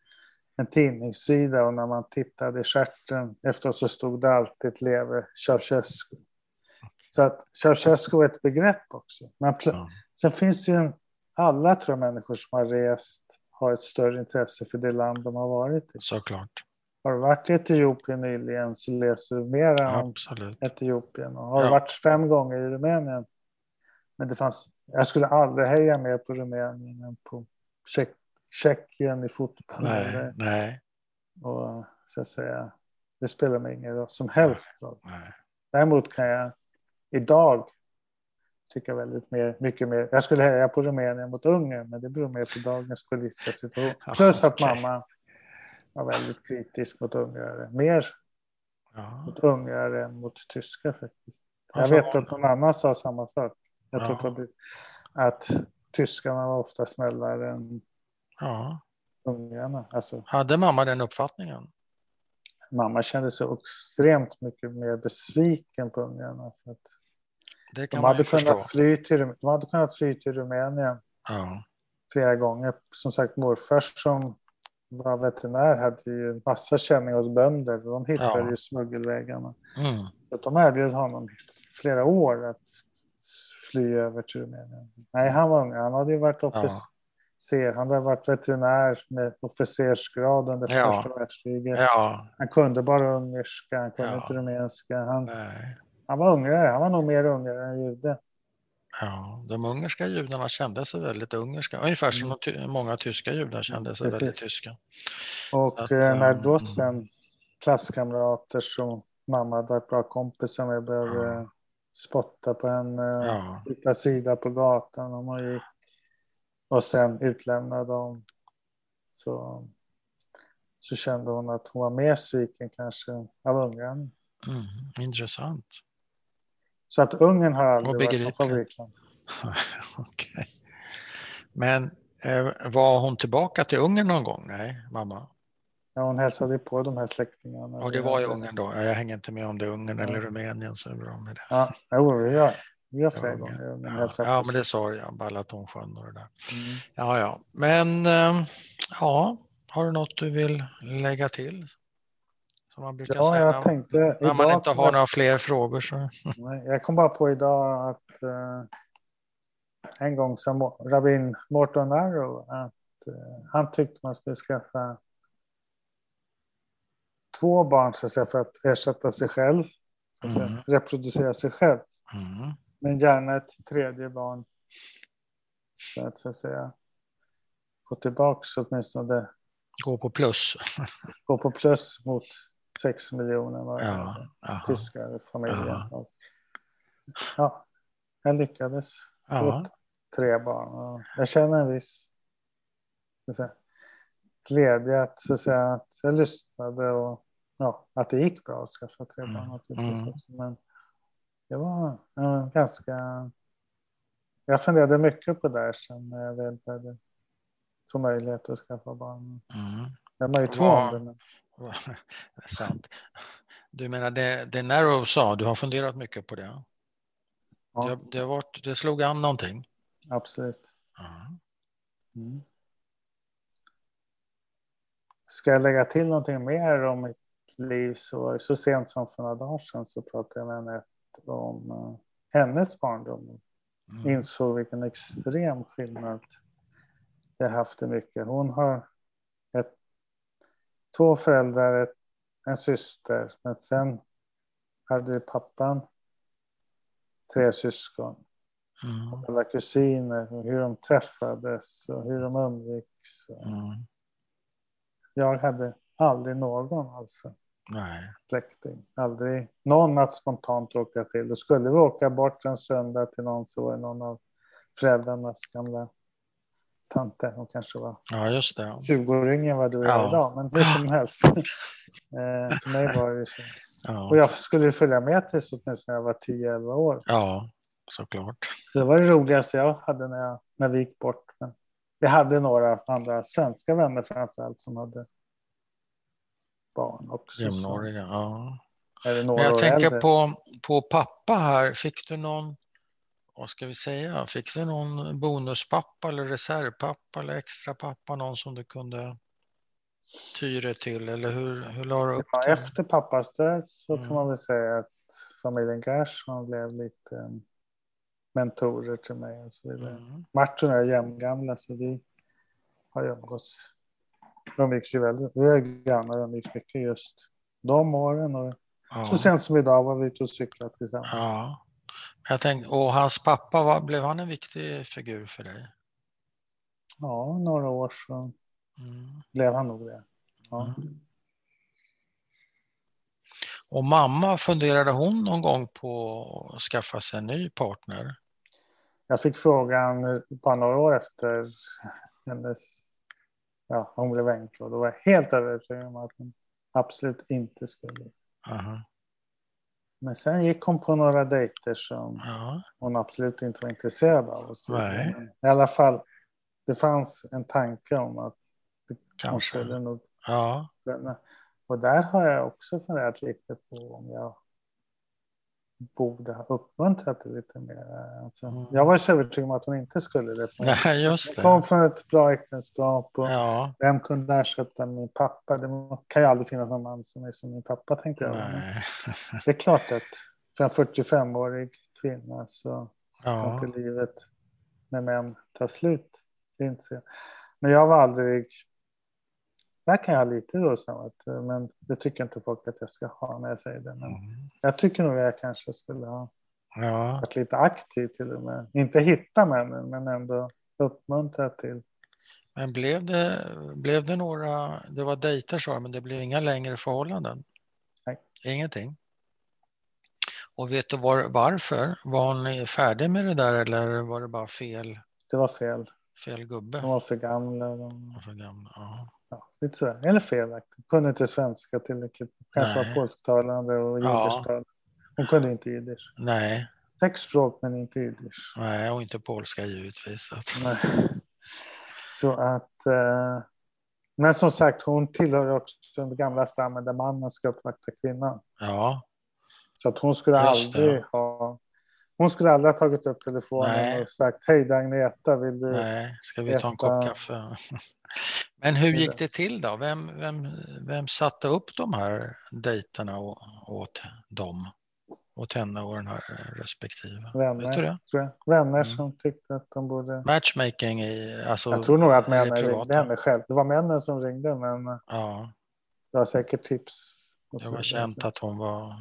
en tidningssida och när man tittade i stjärten efteråt så stod det alltid leve Ceausescu. Så att Ceausescu är ett begrepp också. Men pl- Ja. Sen finns det ju en, alla tror jag människor som har rest har ett större intresse för det land de har varit i. Såklart. Har du varit i Etiopien nyligen så läser du mer om Absolut. Etiopien. Och har du Ja. varit fem gånger i Rumänien. Men det fanns, jag skulle aldrig heja mer på Rumänien än på Tjeck, Tjeckien i fotboll. Nej, Eller, nej, och så att säga, det spelar mig ingen roll som helst roll. nej. Däremot kan jag idag tycka väldigt mer, mycket mer. Jag skulle heja på Rumänien mot Ungern, men det beror mer på dagens politiska situation. Plus att Okej. mamma var väldigt kritisk mot ungrare. Mer Ja. mot ungrare än mot tyskar faktiskt. Jag Varför vet var- att någon annan sa samma sak. Jag Ja. tror att, att tyskarna var ofta snällare än Ja. ungrarna. Alltså, Hade mamma den uppfattningen? mamma kände sig extremt mycket mer besviken på ungrarna. För att Det kan de, man hade ju förstå. kunnat fly till, de hade kunnat fly till Rumänien Ja. flera gånger. Som sagt, morfar som var veterinär hade ju massa känning hos bönder. De hittade Ja. ju smuggelvägarna. Mm. Så de erbjöd honom i flera år att fly över till Rumänien. Nej, han var ung. Han hade ju varit officer. Han hade varit veterinär med officersgrad under Ja. första världskriget. Ja. Han kunde bara ungerska, han kunde Ja. inte rumänska. Han, Nej. han var ungrare, han var nog mer ungrare än jude. Ja. De ungerska judarna kände sig väldigt ungerska. Ungefär som Mm. de ty- många tyska judar kände sig Precis. väldigt tyska. Och Att, eh, när då um, sen klasskamrater som mamma hade varit bra kompisar med började Ja. spotta på henne, Ja. hitta sida på gatan om hon gick och sen utlämna dem, så, så kände hon att hon var mer sviken kanske av Ungern. Mm. Intressant. Så att Ungern har Och aldrig varit någon begripligt. favoritland. Okej. Men eh, var hon tillbaka till Ungern någon gång? Nej, mamma. Ja, hon hälsade på de här släktingarna. Och det var i Ungern då. Jag hänger inte med om det är Ungern Ja. eller Rumänien, så är det bra med det. Ja, jo, vi har, vi har Det var flera Ungern. gånger. Men Ja, hälsat ja på men det sa jag. Balatonsjön och det där. Mm. Ja, ja. Men eh, ja, har du något du vill lägga till? Som man brukar Ja, säga jag när, tänkte när man idag inte har några fler frågor. Så. Nej, jag kom bara på idag att eh, en gång som rabbin Morton Arrow att eh, han tyckte man skulle skaffa två barn så att säga, för att ersätta sig själv, så att säga, Mm. reproducera sig själv. Mm. Men gärna ett tredje barn för att, så att säga, få tillbaka åtminstone Gå på plus. gå på plus mot sex miljoner var det, Ja, aha, tyskar i familjen. ja, Och, ja, jag lyckades få ja, tre barn. Och jag känner en viss så att säga, glädje att, så att, säga, att jag lyssnade och ja, att det gick bra att skaffa tre barn mm, naturligtvis mm, också. Men det var ja, ganska... Jag funderade mycket på det här sen när jag väl började få möjlighet att skaffa barn. mm. Jag var ju två om det. Vad, Men... vad, sant. Du menar det, det Narrow sa, du har funderat mycket på det? Ja, Det, det, har varit, det slog an någonting? absolut. Ja. Mm. Ska jag lägga till någonting mer om mitt liv så, så sent som för några dagar sedan så pratade jag med henne om uh, hennes barndom. Mm. Insåg vilken extrem skillnad jag haft det mycket. Hon har ett, två föräldrar, ett, en syster, men sen hade pappan tre syskon. Mm. Alla kusiner, och hur de träffades och hur de umgicks. Mm. Jag hade aldrig någon alltså. Nej. Släkting. Aldrig någon att spontant åka till. Då skulle vi åka bort en söndag till någon så var det någon av föräldrarnas gamla tanter. Hon kanske var Ja, just det. tjugo-ringen vad du är Ja. idag. Men hur som helst. eh, för mig var det så. Ja. Och jag skulle följa med tills åtminstone när jag var tio elva år. Ja, såklart. Så det var det roligaste jag hade när, jag, när vi gick bort. Men vi hade några andra svenska vänner framförallt som hade barn också. Jämnåriga, ja. Eller Men några jag år tänker äldre. på, på pappa här. Fick du någon, vad ska vi säga, fick du någon bonuspappa eller reservpappa eller extra pappa? Någon som du kunde tyra till? Eller hur, hur la du upp Ja, det? efter pappas död så Mm. kan man väl säga att familjen Gershon blev lite um, mentorer till mig och så vidare. Mm. Martin och jag är jämngamla så vi har umgåtts. De umgicks ju väldigt, vi är grannar och umgicks mycket just de åren och Ja. så sent som idag var vi ute och cyklade tillsammans. Ja. Jag tänkte, och hans pappa, var, blev han en viktig figur för dig? Ja, några år så Mm. blev han nog det. Ja. Mm. Och mamma, funderade hon någon gång på att skaffa sig en ny partner? Jag fick frågan på några år efter hennes, ja, hon blev änka och då var jag helt övertygad om att hon absolut inte skulle. Aha. Men sen gick hon på några dejter som Ja. hon absolut inte var intresserad av. Och så. Nej. I alla fall, det fanns en tanke om att hon Kanske. skulle nog. Ja. Och där har jag också funderat lite på om jag borde ha uppmuntrat det lite mer. Alltså, Mm. jag var så övertygad om att hon inte skulle det. Nej, just Jag det. kom från ett bra äktenskap och Ja. vem kunde ersätta min pappa? Det kan ju aldrig finnas någon man som är som min pappa, tänkte jag. Nej. Det är klart att för en fyrtiofemårig kvinna så ska Ja. inte livet med män ta slut. Inte. Men jag var aldrig... Där kan jag ha lite då, att, men det tycker inte folk att jag ska ha när jag säger det. Men Mm. jag tycker nog att jag kanske skulle ha Ja. varit lite aktiv till och med. Inte hitta männen, men ändå uppmuntra till. Men blev det, blev det några, det var dejter så, men det blev inga längre förhållanden? Nej. Ingenting. Och vet du var, varför? Var ni färdig med det där eller var det bara fel, Det var fel. fel gubbe? De var för gamla. De... Var för gamla. Ja. Ja, lite sådär. Eller felaktigt. Kunde inte svenska tillräckligt. Kanske Nej. var polsktalande och Ja. jiddischtalande. Hon kunde inte jiddisch. Nej. Sex språk men inte jiddisch. Nej, och inte polska givetvis. Nej. Så att... Eh... Men som sagt, hon tillhör också den gamla stammen där mannen ska uppvakta kvinnan. Ja. Så att hon skulle Just det. aldrig ha... Hon skulle aldrig ha tagit upp telefonen Nej. och sagt hej Agneta, vill du... Nej, ska vi ta en kopp äta- kaffe? Men hur gick det till då? Vem, vem, vem satte upp de här dejterna å- åt dem? Åt henne och den här respektive? Vet du Vänner, det? tror jag. Vänner Mm. som tyckte att de borde... Matchmaking i, alltså, Jag tror nog att i det männen privata. ringde henne själv. Det var männen som ringde, men Ja, det var säkert tips. och det så var vidare. känt att hon var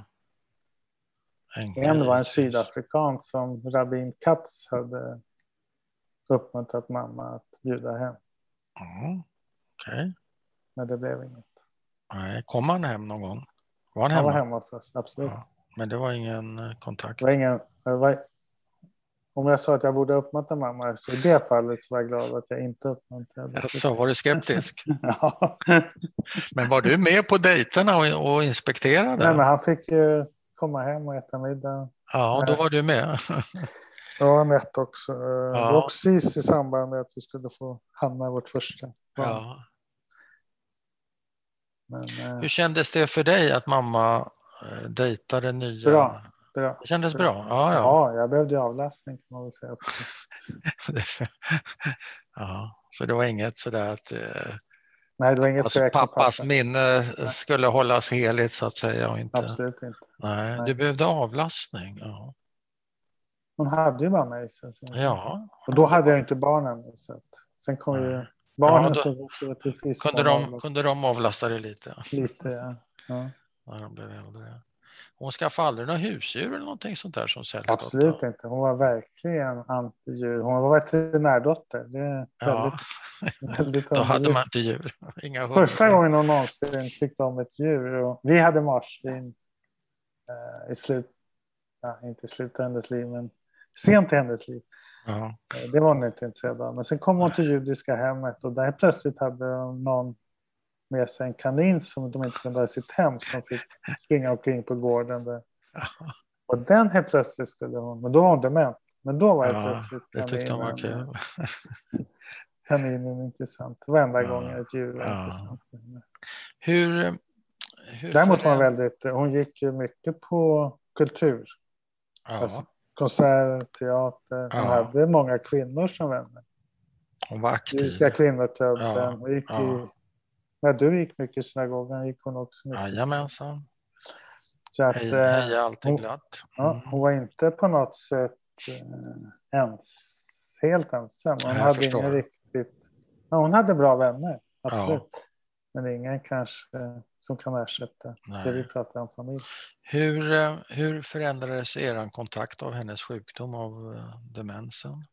änka. En var en givetvis. sydafrikan som Rabin Katz hade uppmuntrat mamma att bjuda hem. Ja, okej. Men det blev inget. Nej, kom han hem någon gång? Var han Han hemma? var hemma hos oss, absolut. Ja, men det var ingen eh, kontakt. Det var ingen, det var, om jag sa att jag borde uppmuntra mamma, så i det fallet så var jag glad att jag inte uppmuntrade. Alltså, var du skeptisk? Ja. Men var du med på dejterna och, och inspekterade? Nej, men han fick ju komma hem och äta middag. Ja, och då var du med. Ja, Anette också. Ja. Det var precis i samband med att vi skulle få hamna vårt första barn. Ja. Men, Hur kändes det för dig att mamma eh, dejtade nya? Bra. Bra. Det kändes bra. bra? Ja, ja. Ja, jag behövde avlastning kan man väl säga. Ja, så det var inget sådär att eh, Nej, det var inget alltså, säkert pappas pappa. minne skulle hållas heligt så att säga. Och inte, Absolut inte. nej, Nej. Du behövde avlastning. Ja. Hon hade ju bara mig. Så, så. Ja. Och då hade jag inte barnen. Så att, sen kom Nej. ju barnen Ja, då, som också var till frisk. kunde, de, kunde de avlasta dig lite? Lite, ja. Ja. När de blev äldre. Hon skaffade aldrig några husdjur eller någonting sånt där som sällskap? Absolut då? inte. Hon var verkligen anti-djur. Hon var veterinärdotter. Det är Ja. väldigt, väldigt Då hade underligt. man inte djur. Inga Första hundar. gången hon någonsin tyckte om ett djur. Och vi hade marsvin eh, i slut, ja, inte i slutet av hennes liv, men sent i hennes liv. Ja. Eh, det var hon inte intresserad av. Men sen kom hon till judiska hemmet och där plötsligt hade någon med sig en kanin som de inte kunde ha i sitt hem, som fick springa omkring på gården där. Och den helt plötsligt skulle hon, men då var hon dement. Men då var det Ja, plötsligt det tyckte hon var kaninen, kul. kaninen intressant. Varenda Ja, gång ett djur var ja. intressant. Hur, hur Däremot var hon föränd- väldigt, hon gick ju mycket på kultur. Ja, Alltså, konserter, teater. Hon Ja. hade många kvinnor som vänner. hon var aktiv. Judiska kvinnoklubben. Ja, Hon gick ja. i, när du gick mycket i synagogan gick hon också mycket. Jajamensan. Så att, Hej, eh, hej alltid hon, glatt. ja, Mm. hon var inte på något sätt eh, ens, helt ensam. Hon Jag hade förstår. ingen riktigt... Ja, hon hade bra vänner, absolut. Ja. Men ingen kanske eh, som kan ersätta Nej. det vi pratar om familj. Hur, eh, hur förändrades er kontakt av hennes sjukdom, av eh, demensen?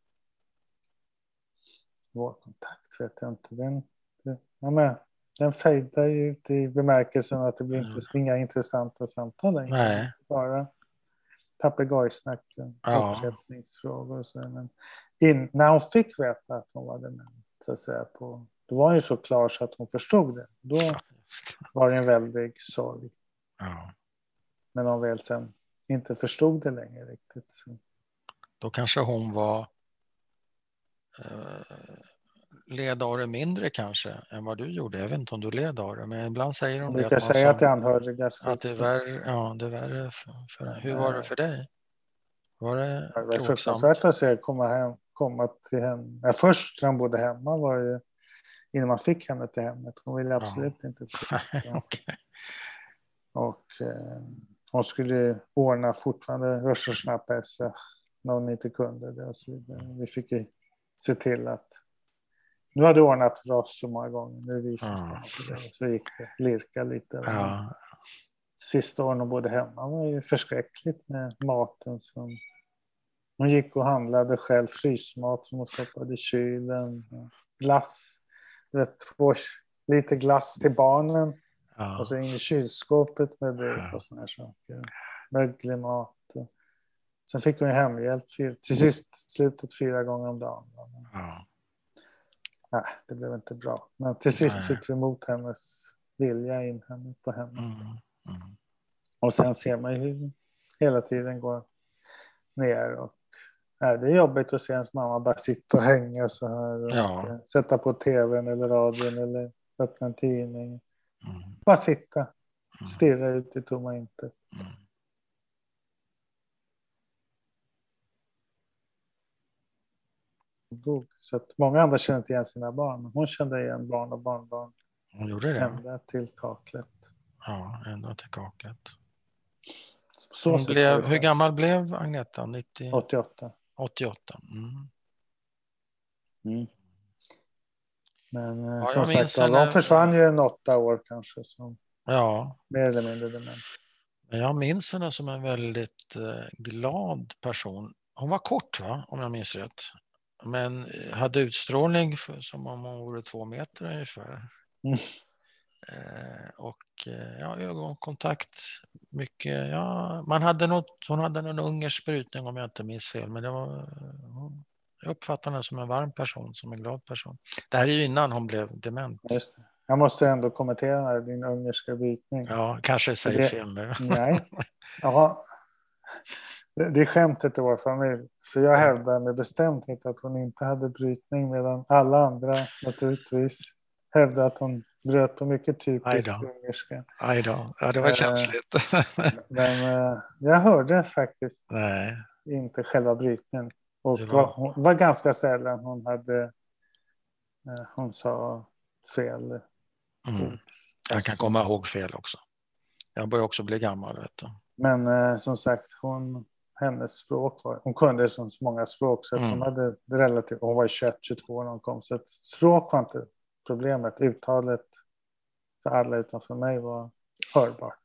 Vår kontakt vet jag inte. Den, den, ja, men, den fejdar ju ut i bemärkelsen att det blir inte, Mm. inga intressanta samtal längre. Nej. Bara papegojsnack och Ja. upprepningsfrågor och så. Men in, när hon fick veta att hon var dement, så att säga, på, då var hon ju så klar så att hon förstod det. Då var det en väldig sorg. Ja. Men hon väl sen inte förstod det längre riktigt. Så. Då kanske hon var eh, led av det mindre kanske än vad du gjorde. Jag vet inte om du led av det, men ibland säger de Jag det. brukar Att man säga som, att det är anhörigas att det är värre, ja, det är värre för, för, hur var det för dig? Var det Det var plågsamt? fruktansvärt att se komma, hem, komma till henne. Ja, först när hon bodde hemma var det innan man fick henne till hemmet. Hon ville absolut Ja. inte till. Nej, okej. Och eh, hon skulle ordna fortfarande Rosh Hashanah Pesach när hon inte kunde det och så vidare. Vi fick ju se till att nu hade jag ordnat för oss så många gånger. Nu är vi som Ja. ska det. Så gick det lirka lite. Ja. Sista åren hon bodde hemma var ju förskräckligt med maten som hon gick och handlade själv frysmat som hon stoppade i kylen. Glass. Du vet, två lite glass till barnen. Ja. Och så in i kylskåpet med det Ja. och såna här saker. Möglig mat. Sen fick hon ju hemhjälp fyr, till sist slutet fyra gånger om dagen. Ja. Nej, det blev inte bra. Men till sist Nej. fick vi emot hennes vilja in henne på henne. Mm. Mm. Och sen ser man ju hur hela tiden går ner. Och, nej, det är jobbigt att se ens mamma bara sitta och hänga så här. Och Ja. inte sätta på tvn eller radion eller öppna en tidning. Mm. Bara sitta. Stirra ut i tomma intet. Mm. Dog. Så att många andra kände inte igen sina barn. Hon kände igen barn och barnbarn. Hon gjorde det? Ända till kaklet. Ja, ända till kaklet. Så Hon sätt blev, var det. hur gammal blev Agneta? nittio, åttioåtta. åttioåtta. Mm. Mm. Men eh, Ja, som jag minns sagt, henne- de försvann ju en åtta år kanske. Som Ja, mer eller mindre dement. men jag minns henne som en väldigt eh, glad person. Hon var kort, va? Om jag minns rätt. Men hade utstrålning för, som om hon vore två meter ungefär. Mm. Eh, och eh, ja, ögonkontakt mycket. Ja, man hade något, hon hade någon ungersk brytning om jag inte minns fel, men det var, hon, jag uppfattar henne som en varm person, som en glad person. Det här är ju innan hon blev dement. Just det. Jag måste ändå kommentera din ungerska brytning. Ja, kanske säger det, fel nu. Nej. Ja, det, det är skämtet i vår familj. För jag hävdar med bestämdhet att hon inte hade brytning, medan alla andra naturligtvis hävdar att hon bröt på mycket typiskt ungerska. Aj då. Ja, det var Eh, känsligt. men eh, jag hörde faktiskt Nej. inte själva brytningen. Och Det var... var... Hon var ganska sällan hon hade eh, hon sa fel Mm. ord. Jag kan komma ihåg fel också. Jag börjar också bli gammal, vet du. Men eh, som sagt, hon, hennes språk var, hon kunde så många språk så att Mm. hon hade relativt, hon var tjugoett tjugotvå när hon kom, så att språk var inte problemet. Uttalet för alla utanför mig var hörbart.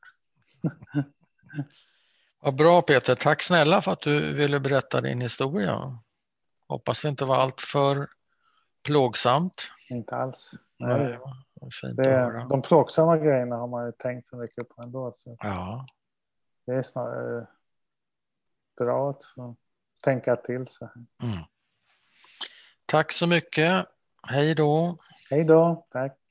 Vad bra, Peter, tack snälla för att du ville berätta din historia. Hoppas det inte var allt för plågsamt. Inte alls. Nej, Nej. vad fint Det, att höra. de plågsamma grejerna har man ju tänkt så mycket på ändå. Så Ja. det är snarare bra att få tänka till så här. Mm. Tack så mycket. Hej då. Hej då. Tack.